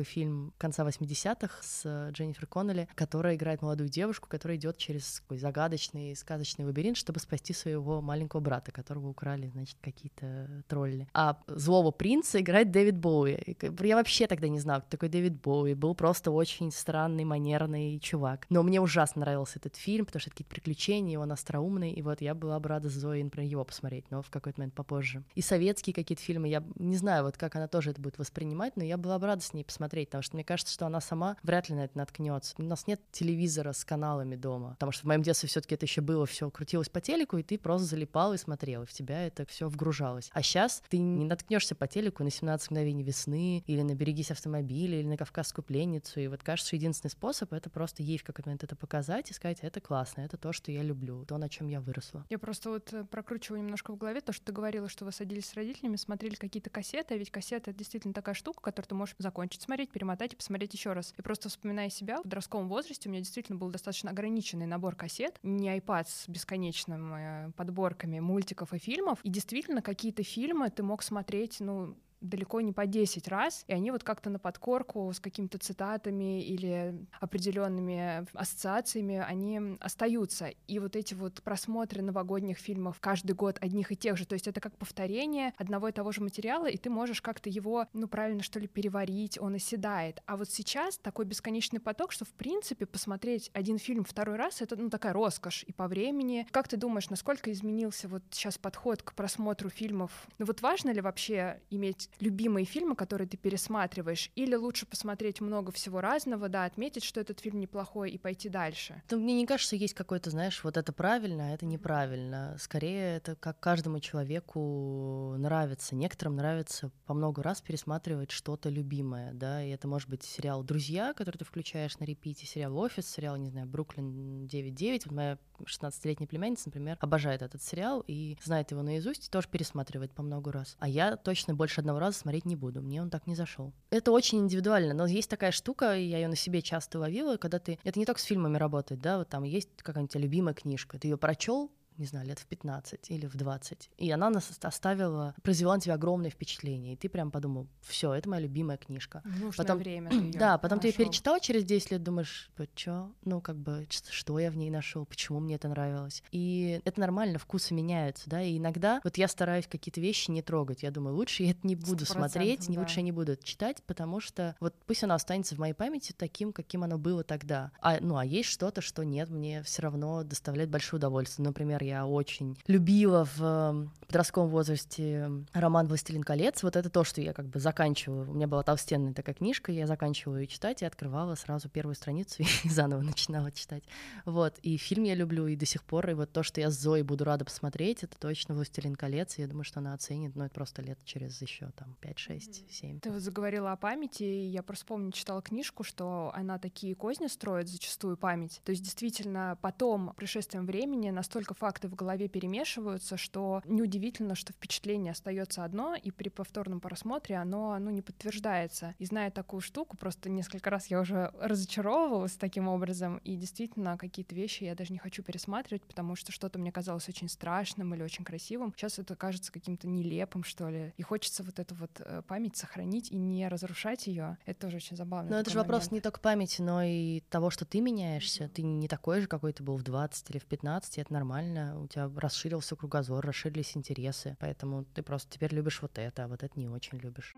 фильм конца восьмидесятых с Дженнифер Коннелли, которая играет молодую девушку, которая идет через такой загадочный, сказочный лабиринт, чтобы спасти своего маленького брата, которого украли, значит, какие-то тролли. А злого принца играет Дэвид Боуи. Я вообще тогда не знала, кто такой Дэвид Боуи. Был просто очень странный, манерный чувак. Но мне ужасно нравился этот фильм, потому что это какие-то приключения, он остроумный, и вот я была бы рада с Зоей, например, его посмотреть, но в какой-то момент попозже. И советские какие-то фильмы, я не знаю, вот как она тоже это будет воспринимать, но я была бы рада с ней посмотреть, потому что мне кажется, что она сама вряд ли на это наткнется. У нас нет телевизора с каналами дома, потому что в моем детстве все-таки это еще было, все крутилось по телеку, и ты просто залипал и смотрел, и в тебя это все вгружалось. А сейчас ты не наткнешься по телеку на семнадцать мгновений весны, или на «Берегись автомобиля», или на «Кавказскую пленницу», и вот кажется, что единственный способ — это просто ей в какой-то момент это показать и сказать: это классно, это то, что я люблю, то, на чем я выросла.
Я просто вот прокручиваю немножко в голове то, что ты говорила, что вы садились с родителями, смотрели какие-то кассеты, а ведь кассета — это действительно такая штука, которую ты можешь закончить смотреть, перемотать и посмотреть еще раз. И просто вспоминая себя, в подростковом возрасте у меня действительно был достаточно ограниченный набор кассет, не iPad с бесконечными подборками мультиков и фильмов, и действительно какие-то фильмы ты мог смотреть, ну, далеко не по десять раз, и они вот как-то на подкорку с какими-то цитатами или определенными ассоциациями они остаются. И вот эти вот просмотры новогодних фильмов каждый год одних и тех же, то есть это как повторение одного и того же материала, и ты можешь как-то его, ну, правильно, что ли, переварить, он оседает. А вот сейчас такой бесконечный поток, что, в принципе, посмотреть один фильм второй раз — это, ну, такая роскошь и по времени. Как ты думаешь, насколько изменился вот сейчас подход к просмотру фильмов? Ну вот важно ли вообще иметь любимые фильмы, которые ты пересматриваешь, или лучше посмотреть много всего разного, да, отметить, что этот фильм неплохой, и пойти дальше?
Да, мне не кажется, есть какой-то, знаешь, вот это правильно, а это неправильно. Скорее, это как каждому человеку нравится. Некоторым нравится по много раз пересматривать что-то любимое, да, и это может быть сериал «Друзья», который ты включаешь на репите, сериал «Офис», сериал, не знаю, «Бруклин девять девять». Вот моя шестнадцатилетняя племянница, например, обожает этот сериал и знает его наизусть, и тоже пересматривает по много раз. А я точно больше одного раза смотреть не буду, мне он так не зашел. Это очень индивидуально, но есть такая штука, и я ее на себе часто ловила, когда ты... Это не только с фильмами работает, да, вот там есть какая-нибудь любимая книжка, ты ее прочел, не знаю, лет в пятнадцать или в двадцать, и она нас оставила, произвела на тебя огромное впечатление, и ты прям подумал: все, это моя любимая книжка.
В нужное
потом,
время ты её
да, потом
нашёл.
ты ее перечитал через десять лет, думаешь: что, ну как бы, что я в ней нашел, почему мне это нравилось. И это нормально, вкусы меняются, да, и иногда вот я стараюсь какие-то вещи не трогать, я думаю, лучше я это не буду смотреть, не
да.
лучше я не буду это читать, потому что вот пусть оно останется в моей памяти таким, каким оно было тогда. А, ну, а есть что-то, что нет, мне все равно доставляет большое удовольствие. Например, я очень любила в подростковом возрасте роман «Властелин колец». Вот это то, что я как бы заканчиваю. У меня была толстенная такая книжка, я заканчивала ее читать и открывала сразу первую страницу и заново начинала читать. Вот. И фильм я люблю и до сих пор. И вот то, что я с Зоей буду рада посмотреть, это точно «Властелин колец». И я думаю, что она оценит, но это просто лет через еще там пять, шесть, семь.
Ты вот заговорила о памяти, и я просто помню, читала книжку, что она такие козни строит, зачастую память. То есть действительно потом, пришествием времени, настолько факты в голове перемешиваются, что неудивительно, что впечатление остается одно, и при повторном просмотре оно, ну, не подтверждается. И зная такую штуку, просто несколько раз я уже разочаровывалась таким образом, и действительно какие-то вещи я даже не хочу пересматривать, потому что что-то мне казалось очень страшным или очень красивым. Сейчас это кажется каким-то нелепым, что ли. И хочется вот эту вот память сохранить и не разрушать ее. Это тоже очень забавно.
Но это же вопрос не только памяти, но и того, что ты меняешься. Mm-hmm. Ты не такой же, какой ты был в двадцать или в пятнадцать, и это нормально. У тебя расширился кругозор, расширились интересы, поэтому ты просто теперь любишь вот это, а вот это не очень любишь.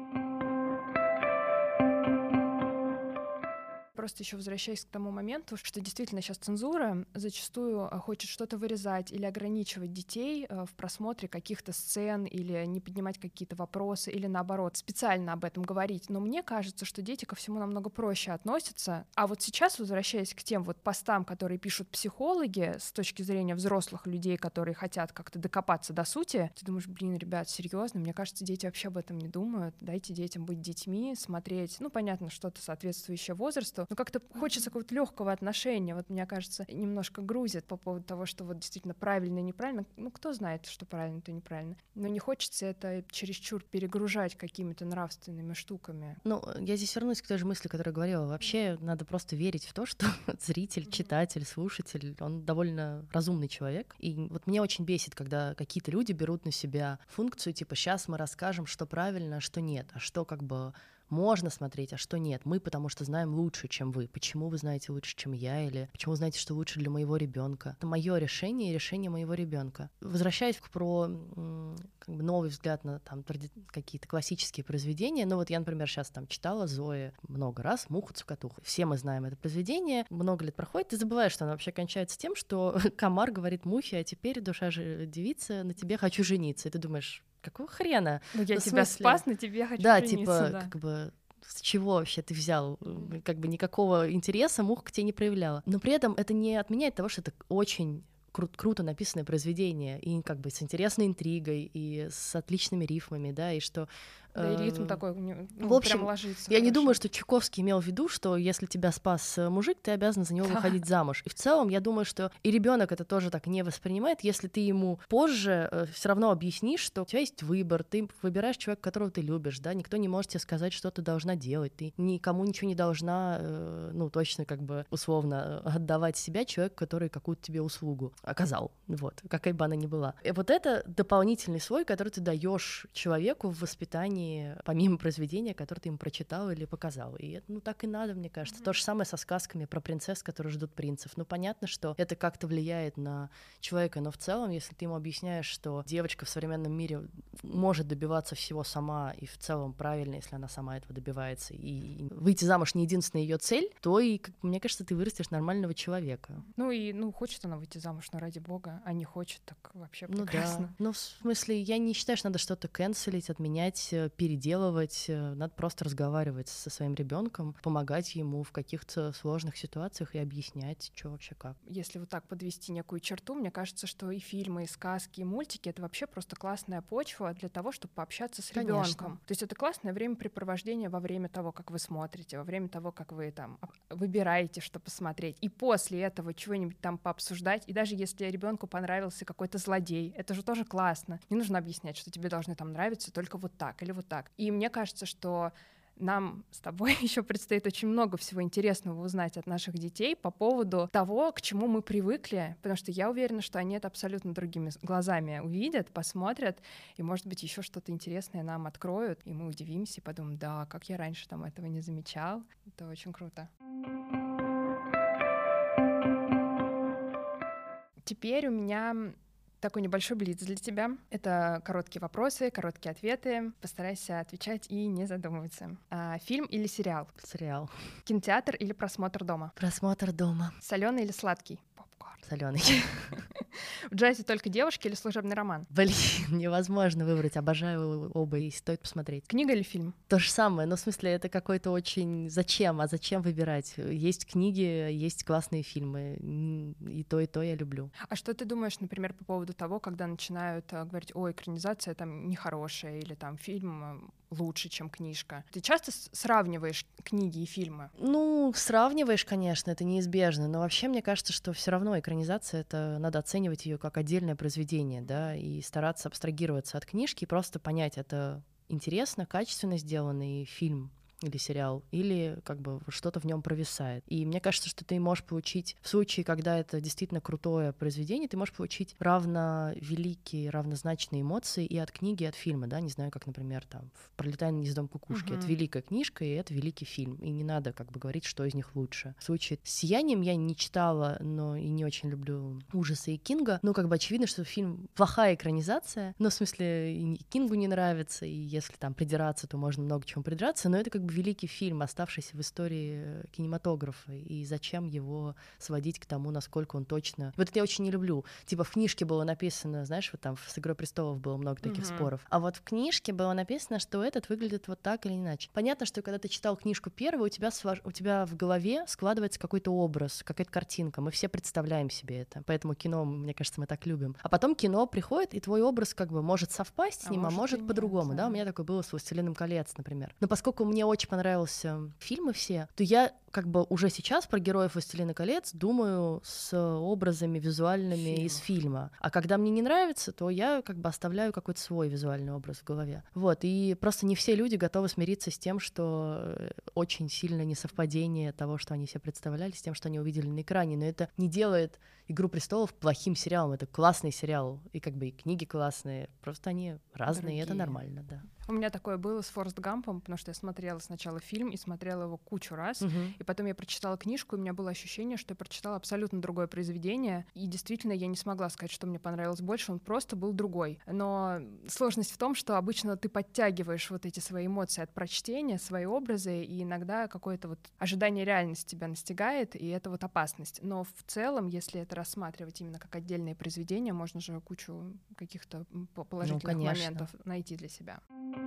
Просто еще возвращаясь к тому моменту, что действительно сейчас цензура зачастую хочет что-то вырезать или ограничивать детей в просмотре каких-то сцен или не поднимать какие-то вопросы или наоборот специально об этом говорить. Но мне кажется, что дети ко всему намного проще относятся. А вот сейчас, возвращаясь к тем вот постам, которые пишут психологи с точки зрения взрослых людей, которые хотят как-то докопаться до сути, ты думаешь: блин, ребят, серьезно? Мне кажется, дети вообще об этом не думают. Дайте детям быть детьми, смотреть, ну, понятно, что-то соответствующее возрасту, но как-то хочется какого-то легкого отношения. Вот, мне кажется, немножко грузит по поводу того, что вот действительно правильно и неправильно. Ну, кто знает, что правильно, то неправильно. Но не хочется это чересчур перегружать какими-то нравственными штуками.
Ну, я здесь вернусь к той же мысли, которую говорила. Вообще, надо просто верить в то, что зритель, читатель, слушатель, он довольно разумный человек. И вот мне очень бесит, когда какие-то люди берут на себя функцию, типа, сейчас мы расскажем, что правильно, а что нет, а что как бы можно смотреть, а что нет. Мы потому что знаем лучше, чем вы. Почему вы знаете лучше, чем я, или почему вы знаете, что лучше для моего ребенка. Это мое решение и решение моего ребенка. Возвращаясь к про как бы, новый взгляд на там, какие-то классические произведения, ну вот я, например, сейчас там читала Зои много раз «Муху-цокотуху». Все мы знаем это произведение, много лет проходит, ты забываешь, что оно вообще кончается тем, что комар говорит мухе: а теперь, душа же девица, на тебе хочу жениться. И ты думаешь, какого хрена?
Ну, я
ну,
тебя
смысле...
спас, на тебе хочу
да,
жениться.
Типа,
да,
типа, как бы... С чего вообще ты взял? Как бы никакого интереса муха к тебе не проявляла. Но при этом это не отменяет того, что это очень кру- круто написанное произведение, и как бы с интересной интригой, и с отличными рифмами, да, и что...
Да, и ритм такой, ну,
в общем,
прям ложится.
Я
хорошо.
не думаю, что Чуковский имел в виду, что если тебя спас мужик, ты обязан за него
Да.
выходить замуж. И в целом, я думаю, что и ребенок это тоже так не воспринимает, если ты ему позже э, все равно объяснишь, что у тебя есть выбор, ты выбираешь человека, которого ты любишь, да, никто не может тебе сказать, что ты должна делать, ты никому ничего не должна, э, ну, точно как бы условно отдавать себя человеку, который какую-то тебе услугу оказал, вот, какая бы она ни была. И вот это дополнительный слой, который ты даешь человеку в воспитании, помимо произведения, которое ты ему прочитал или показал. И это, ну, так и надо, мне кажется. Mm-hmm. То же самое со сказками про принцесс, которые ждут принцев. Ну, понятно, что это как-то влияет на человека, но в целом, если ты ему объясняешь, что девочка в современном мире может добиваться всего сама, и в целом правильно, если она сама этого добивается, и выйти замуж не единственная ее цель, то и, как, мне кажется, ты вырастешь нормального человека.
Ну и, ну, хочет она выйти замуж, но ради бога, а не хочет, так вообще прекрасно.
Ну да, ну в смысле, я не считаю, что надо что-то канцелить, отменять, переделывать, надо просто разговаривать со своим ребенком, помогать ему в каких-то сложных ситуациях и объяснять, что вообще как.
Если вот так подвести некую черту, мне кажется, что и фильмы, и сказки, и мультики — это вообще просто классная почва для того, чтобы пообщаться с ребенком. То есть это классное времяпрепровождение во время того, как вы смотрите, во время того, как вы там выбираете, что посмотреть, и после этого чего-нибудь там пообсуждать. И даже если ребенку понравился какой-то злодей, это же тоже классно. Не нужно объяснять, что тебе должны там нравиться только вот так или вот так. И мне кажется, что нам с тобой еще предстоит очень много всего интересного узнать от наших детей по поводу того, к чему мы привыкли, потому что я уверена, что они это абсолютно другими глазами увидят, посмотрят, и, может быть, еще что-то интересное нам откроют, и мы удивимся и подумаем: да, как я раньше там этого не замечал. Это очень круто. Теперь у меня такой небольшой блиц для тебя. Это короткие вопросы, короткие ответы. Постарайся отвечать и не задумываться. А, фильм или сериал?
Сериал.
Кинотеатр или просмотр дома?
Просмотр дома.
Соленый или сладкий? Попкорн.
Соленый.
В джазе только девушки или служебный роман?
Блин, невозможно выбрать. Обожаю оба, и стоит посмотреть.
Книга или фильм?
То же самое, но в смысле это какой-то очень... Зачем? А зачем выбирать? Есть книги, есть классные фильмы. И то, и то я люблю.
А что ты думаешь, например, по поводу того, когда начинают uh, говорить: о, экранизация там нехорошая, или там фильм лучше, чем книжка? Ты часто с- сравниваешь книги и фильмы?
Ну, сравниваешь, конечно, это неизбежно, но вообще мне кажется, что все равно экранизация — это надо оценивать ее как отдельное произведение, да, и стараться абстрагироваться от книжки и просто понять, это интересно, качественно сделанный фильм или сериал, или как бы что-то в нем провисает. И мне кажется, что ты можешь получить, в случае, когда это действительно крутое произведение, ты можешь получить равно великие, равнозначные эмоции и от книги, и от фильма, да, не знаю, как, например, там, в «Пролетая над гнездом кукушки». Uh-huh. Это великая книжка, и это великий фильм, и не надо как бы говорить, что из них лучше. В случае с «Сиянием» я не читала, но и не очень люблю ужасы и Кинга, ну, как бы очевидно, что фильм плохая экранизация, ну, в смысле, и Кингу не нравится, и если там придираться, то можно много чему придраться, но это как бы великий фильм, оставшийся в истории кинематографа, и зачем его сводить к тому, насколько он точно... Вот это я очень не люблю. Типа в книжке было написано, знаешь, вот там с «Игрой престолов» было много таких uh-huh. споров, а вот в книжке было написано, что этот выглядит вот так или иначе. Понятно, что когда ты читал книжку первую, у тебя, сваж... у тебя в голове складывается какой-то образ, какая-то картинка, мы все представляем себе это, поэтому кино, мне кажется, мы так любим. А потом кино приходит, и твой образ как бы может совпасть с ним, а, а может, может по-другому, нет, да? да? У меня такое было с «Властелином колец», например. Но поскольку мне очень понравился фильмы все, то я как бы уже сейчас про героев «Властелина колец» думаю с образами визуальными
Фильмов.
из фильма. А когда мне не нравится, то я как бы оставляю какой-то свой визуальный образ в голове. Вот, и просто не все люди готовы смириться с тем, что очень сильное несовпадение того, что они себе представляли, с тем, что они увидели на экране. Но это не делает «Игру престолов» плохим сериалом. Это классный сериал, и как бы и книги классные. Просто они разные,
Другие.
и это нормально, да.
У меня такое было с «Форрест Гампом», потому что я смотрела сначала фильм и смотрела его кучу раз,
Угу.
и потом я прочитала книжку, и у меня было ощущение, что я прочитала абсолютно другое произведение, и действительно я не смогла сказать, что мне понравилось больше, он просто был другой. Но сложность в том, что обычно ты подтягиваешь вот эти свои эмоции от прочтения, свои образы, и иногда какое-то вот ожидание реальности тебя настигает, и это вот опасность. Но в целом, если это рассматривать именно как отдельное произведение, можно же кучу каких-то положительных
Ну,
моментов найти для себя.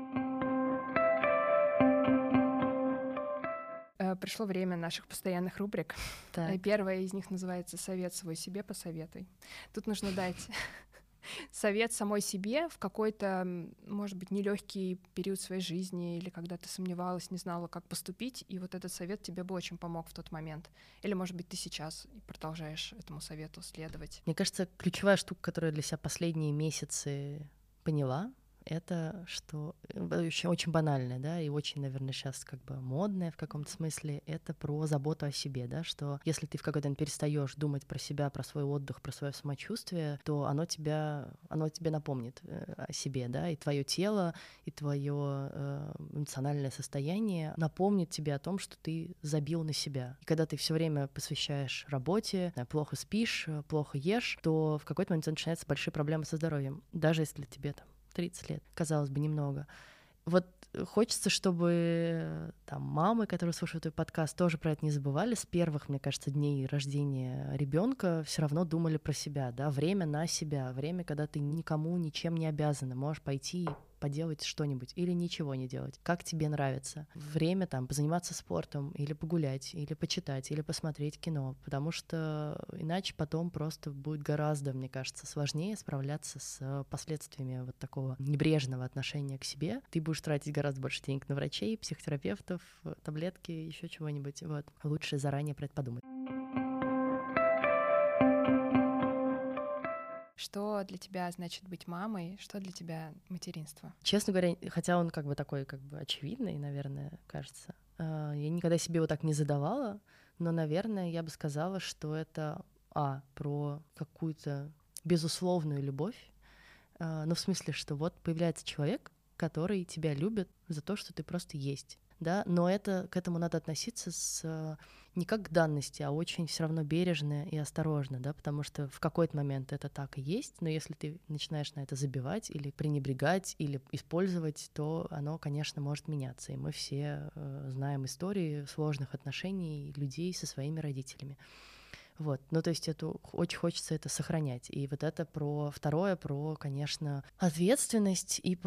Пришло время наших постоянных рубрик.
Так.
Первая из них называется «Совет свой себе, посоветуй». Тут нужно дать совет самой себе в какой-то, может быть, нелегкий период своей жизни или когда ты сомневалась, не знала, как поступить, и вот этот совет тебе бы очень помог в тот момент. Или, может быть, ты сейчас продолжаешь этому совету следовать.
Мне кажется, ключевая штука, которую я для себя последние месяцы поняла, это что очень, очень банальное, да, и очень, наверное, сейчас как бы модное в каком-то смысле, это про заботу о себе, да, что если ты в какой-то момент перестаешь думать про себя, про свой отдых, про свое самочувствие, то оно тебя, оно тебе напомнит э, о себе, да, и твое тело, и твое э, эмоциональное состояние напомнит тебе о том, что ты забил на себя. И когда ты все время посвящаешь работе, плохо спишь, плохо ешь, то в какой-то момент начинаются большие проблемы со здоровьем, даже если тебе там тридцать лет, казалось бы, немного. Вот хочется, чтобы там мамы, которые слушают твой подкаст, тоже про это не забывали. С первых, мне кажется, дней рождения ребенка все равно думали про себя, да, время на себя, время, когда ты никому ничем не обязана, можешь пойти и поделать что-нибудь или ничего не делать, как тебе нравится. Время там позаниматься спортом или погулять, или почитать, или посмотреть кино, потому что иначе потом просто будет гораздо, мне кажется, сложнее справляться с последствиями вот такого небрежного отношения к себе. Ты будешь тратить гораздо больше денег на врачей, психотерапевтов, таблетки, еще чего-нибудь. Вот. Лучше заранее про это подумать.
Что для тебя значит быть мамой? Что для тебя материнство?
Честно говоря, хотя он как бы такой как бы очевидный, наверное, кажется, я никогда себе его так не задавала, но, наверное, я бы сказала, что это а, про какую-то безусловную любовь, ну, в смысле, что вот появляется человек, который тебя любит за то, что ты просто есть, да, но это, к этому надо относиться с, не как к данности, а очень все равно бережно и осторожно, да, потому что в какой-то момент это так и есть, но если ты начинаешь на это забивать или пренебрегать, или использовать, то оно, конечно, может меняться, и мы все э, знаем истории сложных отношений людей со своими родителями. Вот, ну то есть это очень хочется это сохранять. И вот это про второе, про, конечно, ответственность и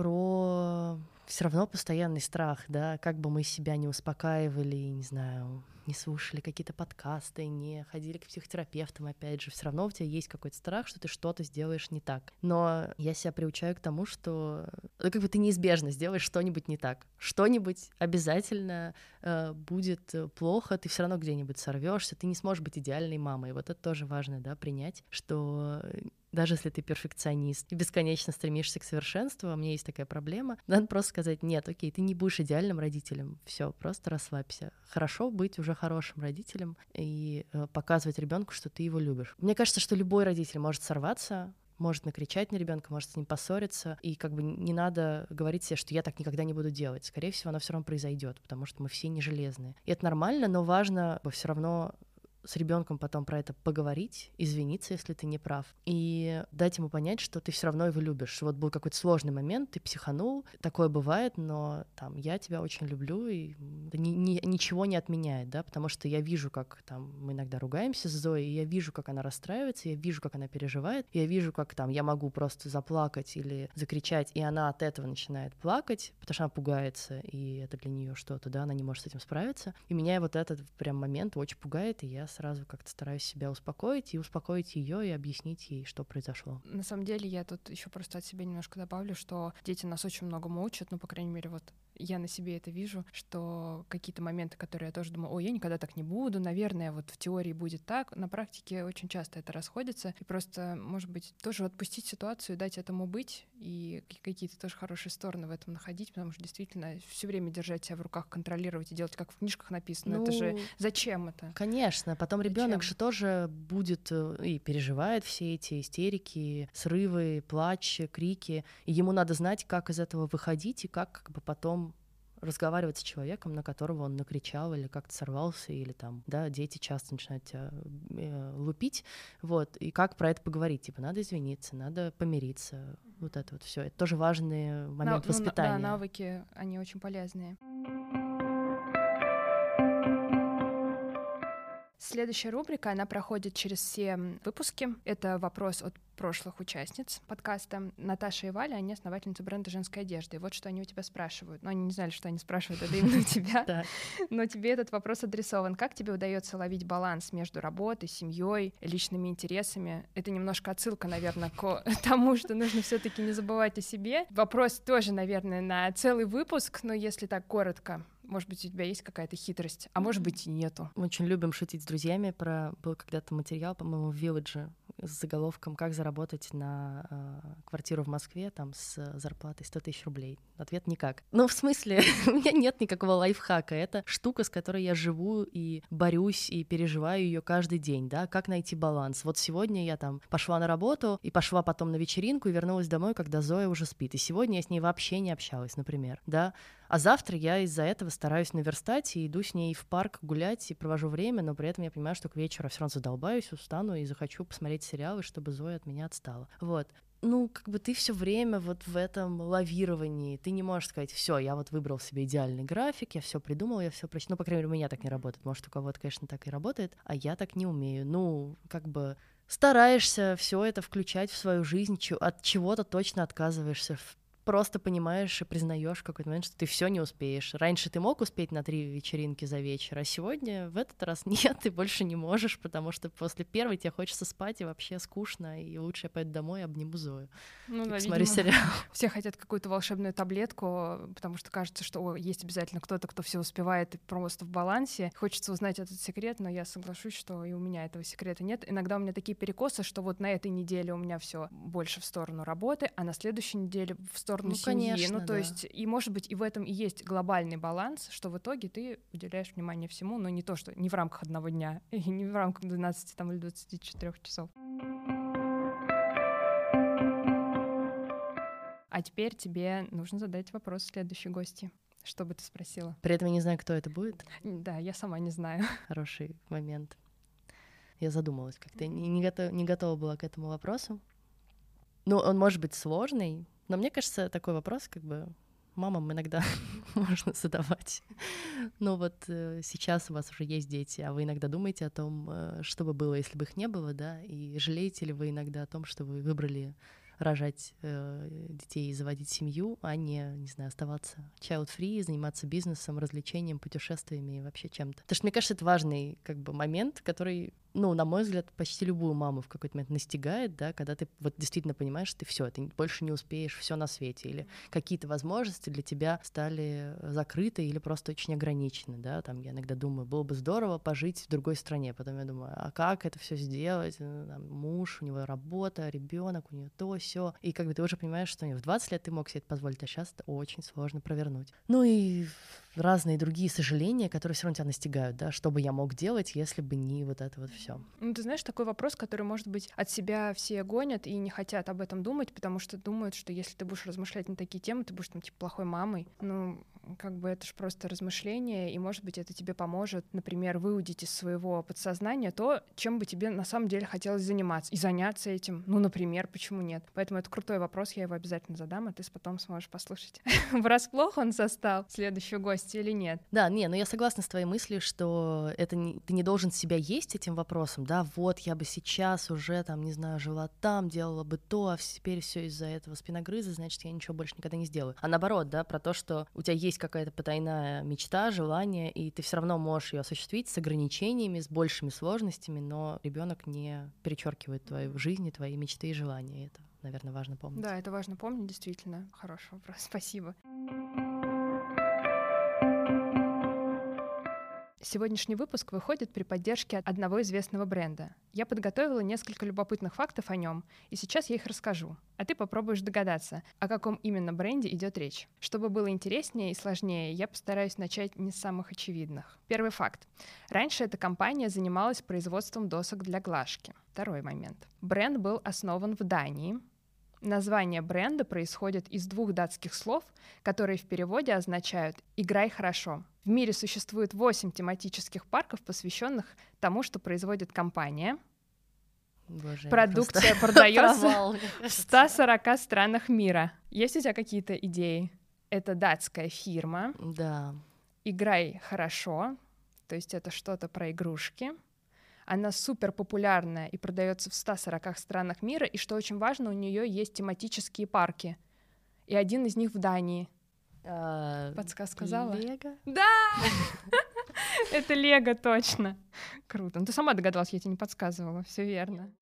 про все равно постоянный страх, да, как бы мы себя не успокаивали, не знаю, не слушали какие-то подкасты, не ходили к психотерапевтам, опять же, все равно у тебя есть какой-то страх, что ты что-то сделаешь не так. Но я себя приучаю к тому, что ну, как бы ты неизбежно сделаешь что-нибудь не так. Что-нибудь обязательно э, будет плохо, ты все равно где-нибудь сорвешься, ты не сможешь быть идеальной мамой. Вот это тоже важно, да, принять, что даже если ты перфекционист и бесконечно стремишься к совершенству, у меня есть такая проблема, надо просто сказать: нет, окей, ты не будешь идеальным родителем, все, просто расслабься. Хорошо быть уже хорошим родителем и э, показывать ребенку, что ты его любишь. Мне кажется, что любой родитель может сорваться, может накричать на ребенка, может с ним поссориться, и как бы не надо говорить себе, что я так никогда не буду делать. Скорее всего, оно все равно произойдет, потому что мы все не железные. И это нормально, но важно все равно с ребенком потом про это поговорить, извиниться, если ты не прав, и дать ему понять, что ты все равно его любишь. Вот был какой-то сложный момент, ты психанул, такое бывает, но там я тебя очень люблю, и ни, ни, ничего не отменяет, да, потому что я вижу, как там мы иногда ругаемся с Зоей, и я вижу, как она расстраивается, я вижу, как она переживает, я вижу, как там я могу просто заплакать или закричать, и она от этого начинает плакать, потому что она пугается, и это для нее что-то, да, она не может с этим справиться, и меня вот этот прям момент очень пугает, и я сразу как-то стараюсь себя успокоить и успокоить ее и объяснить ей, что произошло.
На самом деле я тут еще просто от себя немножко добавлю, что дети нас очень многому учат, ну, по крайней мере, вот я на себе это вижу, что какие-то моменты, которые я тоже думаю, ой, я никогда так не буду, наверное, вот в теории будет так, на практике очень часто это расходится, и просто, может быть, тоже отпустить ситуацию, дать этому быть, и какие-то тоже хорошие стороны в этом находить, потому что действительно все время держать себя в руках, контролировать и делать, как в книжках написано,
Ну,
это же зачем это?
Конечно, потом ребенок же тоже будет и переживает все эти истерики, срывы, плач, крики, и ему надо знать, как из этого выходить и как, как бы потом разговаривать с человеком, на которого он накричал или как-то сорвался, или там, да, дети часто начинают тебя э, лупить, вот, и как про это поговорить, типа, надо извиниться, надо помириться, вот это вот все, это тоже важный момент
На,
воспитания.
Ну, да, навыки, они очень полезные. Следующая рубрика, она проходит через все выпуски. Это вопрос от прошлых участниц подкаста. Наташа и Валя, они основательницы бренда женской одежды. И вот что они у тебя спрашивают. Но они не знали, что они спрашивают это именно у тебя. Но тебе этот вопрос адресован. Как тебе удается ловить баланс между работой, семьей, личными интересами? Это немножко отсылка, наверное, к тому, что нужно все-таки не забывать о себе. Вопрос тоже, наверное, на целый выпуск, но если так коротко. Может быть, у тебя есть какая-то хитрость, а может быть, и нету.
Мы очень любим шутить с друзьями. Про был когда-то материал, по-моему, в Village с заголовком «Как заработать на э, квартиру в Москве там с зарплатой сто тысяч рублей». Ответ — никак. Ну, в смысле, у меня нет никакого лайфхака. Это штука, с которой я живу и борюсь, и переживаю ее каждый день, да, как найти баланс. Вот сегодня я там пошла на работу и пошла потом на вечеринку и вернулась домой, когда Зоя уже спит. И сегодня я с ней вообще не общалась, например, да. А завтра я из-за этого стараюсь наверстать и иду с ней в парк гулять и провожу время, но при этом я понимаю, что к вечеру все равно задолбаюсь, устану и захочу посмотреть сериалы, чтобы Зоя от меня отстала. Вот. Ну, как бы ты все время вот в этом лавировании, ты не можешь сказать, все, я вот выбрал себе идеальный график, я все придумал, я все прочитал. Ну, по крайней мере, у меня так не работает. Может, у кого-то, конечно, так и работает, а я так не умею. Ну, как бы стараешься все это включать в свою жизнь, от чего-то точно отказываешься, просто понимаешь и признаешь в какой-то момент, что ты все не успеешь. Раньше ты мог успеть на три вечеринки за вечер, а сегодня в этот раз нет, ты больше не можешь, потому что после первой тебе хочется спать, и вообще скучно, и лучше я пойду домой и обниму Зою.
Ну, да,
посмотрю сериал.
Все хотят какую-то волшебную таблетку, потому что кажется, что о, есть обязательно кто-то, кто все успевает и просто в балансе. Хочется узнать этот секрет, но я соглашусь, что и у меня этого секрета нет. Иногда у меня такие перекосы, что вот на этой неделе у меня все больше в сторону работы, а на следующей неделе в сторону ну, семьи. Конечно, ну, то да. есть, и, может быть, и в этом и есть глобальный баланс, что в итоге ты уделяешь внимание всему, но не то, что не в рамках одного дня, и не в рамках двенадцати там, или двадцати четырёх часов. А теперь тебе нужно задать вопрос следующей гости. Что бы ты спросила?
При этом я не знаю, кто это будет.
Да, я сама не знаю.
Хороший момент. Я задумалась как-то, не, не, готов, не готова была к этому вопросу. Ну, он может быть сложный, но мне кажется, такой вопрос, как бы, мамам иногда можно задавать. Но вот э, сейчас у вас уже есть дети, а вы иногда думаете о том, э, что бы было, если бы их не было, да, и жалеете ли вы иногда о том, что вы выбрали рожать э, детей и заводить семью, а не, не знаю, оставаться child-free, заниматься бизнесом, развлечением, путешествиями и вообще чем-то. Потому что, мне кажется, это важный как бы момент, который, ну, на мой взгляд, почти любую маму в какой-то момент настигает, да, когда ты вот действительно понимаешь, что ты все, ты больше не успеешь все на свете, или какие-то возможности для тебя стали закрыты или просто очень ограничены, да, там я иногда думаю, было бы здорово пожить в другой стране, потом я думаю, а как это все сделать, там, муж, у него работа, ребенок, у нее то, сё, и как бы ты уже понимаешь, что в двадцать лет ты мог себе это позволить, а сейчас это очень сложно провернуть. Ну и разные другие сожаления, которые все равно тебя настигают, да, что бы я мог делать, если бы не вот это вот все.
Ну, ты знаешь, такой вопрос, который, может быть, от себя все гонят и не хотят об этом думать, потому что думают, что если ты будешь размышлять на такие темы, ты будешь там, типа, плохой мамой. Ну, как бы это же просто размышление, и, может быть, это тебе поможет, например, выудить из своего подсознания то, чем бы тебе на самом деле хотелось заниматься, и заняться этим. Ну, например, почему нет? Поэтому это крутой вопрос, я его обязательно задам, а ты потом сможешь послушать. Врасплох он застал следующую гостью или нет?
Да, не, но я согласна с твоей мыслью, что это не, ты не должен себя есть этим вопросом, да, вот я бы сейчас уже, там, не знаю, жила там, делала бы то, а теперь все из-за этого спиногрыза, значит, я ничего больше никогда не сделаю. А наоборот, да, про то, что у тебя есть какая-то потайная мечта, желание, и ты все равно можешь ее осуществить с ограничениями, с большими сложностями, но ребенок не перечеркивает твою жизнь, твои мечты и желания. Это, наверное, важно помнить.
Да, это важно помнить, действительно. Хороший вопрос, спасибо. Сегодняшний выпуск выходит при поддержке одного известного бренда. Я подготовила несколько любопытных фактов о нем, и сейчас я их расскажу. А ты попробуешь догадаться, о каком именно бренде идет речь. Чтобы было интереснее и сложнее, я постараюсь начать не с самых очевидных. Первый факт. Раньше эта компания занималась производством досок для глажки. Второй момент. Бренд был основан в Дании. Название бренда происходит из двух датских слов, которые в переводе означают «играй хорошо». В мире существует восемь тематических парков, посвященных тому, что производит компания.
Боже,
Продукция продается в ста сорока странах мира. Есть у тебя какие-то идеи? Это датская фирма.
Да.
«Играй хорошо», то есть это что-то про игрушки. Она супер популярная и продается в ста сорока странах мира, и, что очень важно, у нее есть тематические парки. И один из них в Дании.
А,
Подсказка зала?
Лего?
Да! Это Лего, точно. Круто. Ну ты сама догадалась, я тебе не подсказывала. Все верно.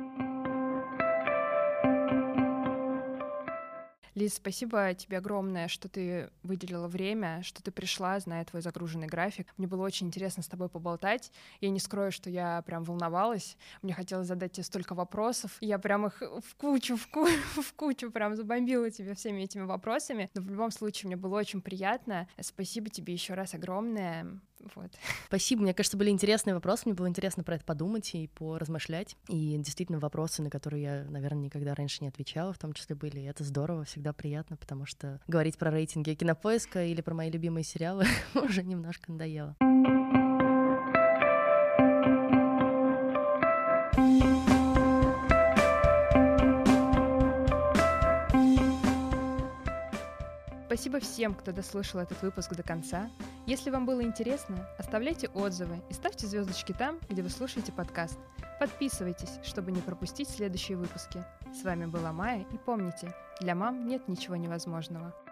Лиз, спасибо тебе огромное, что ты выделила время, что ты пришла, зная твой загруженный график. Мне было очень интересно с тобой поболтать. Я не скрою, что я прям волновалась. Мне хотелось задать тебе столько вопросов. Я прям их в кучу, в, ку- в кучу прям забомбила тебе всеми этими вопросами. Но в любом случае мне было очень приятно. Спасибо тебе еще раз огромное. Вот.
Спасибо, мне кажется, были интересные вопросы, мне было интересно про это подумать и поразмышлять, и действительно вопросы, на которые я, наверное, никогда раньше не отвечала, в том числе были, и это здорово, всегда приятно, потому что говорить про рейтинги Кинопоиска или про мои любимые сериалы уже немножко надоело.
Спасибо всем, кто дослушал этот выпуск до конца. Если вам было интересно, оставляйте отзывы и ставьте звездочки там, где вы слушаете подкаст. Подписывайтесь, чтобы не пропустить следующие выпуски. С вами была Майя, и помните, для мам нет ничего невозможного.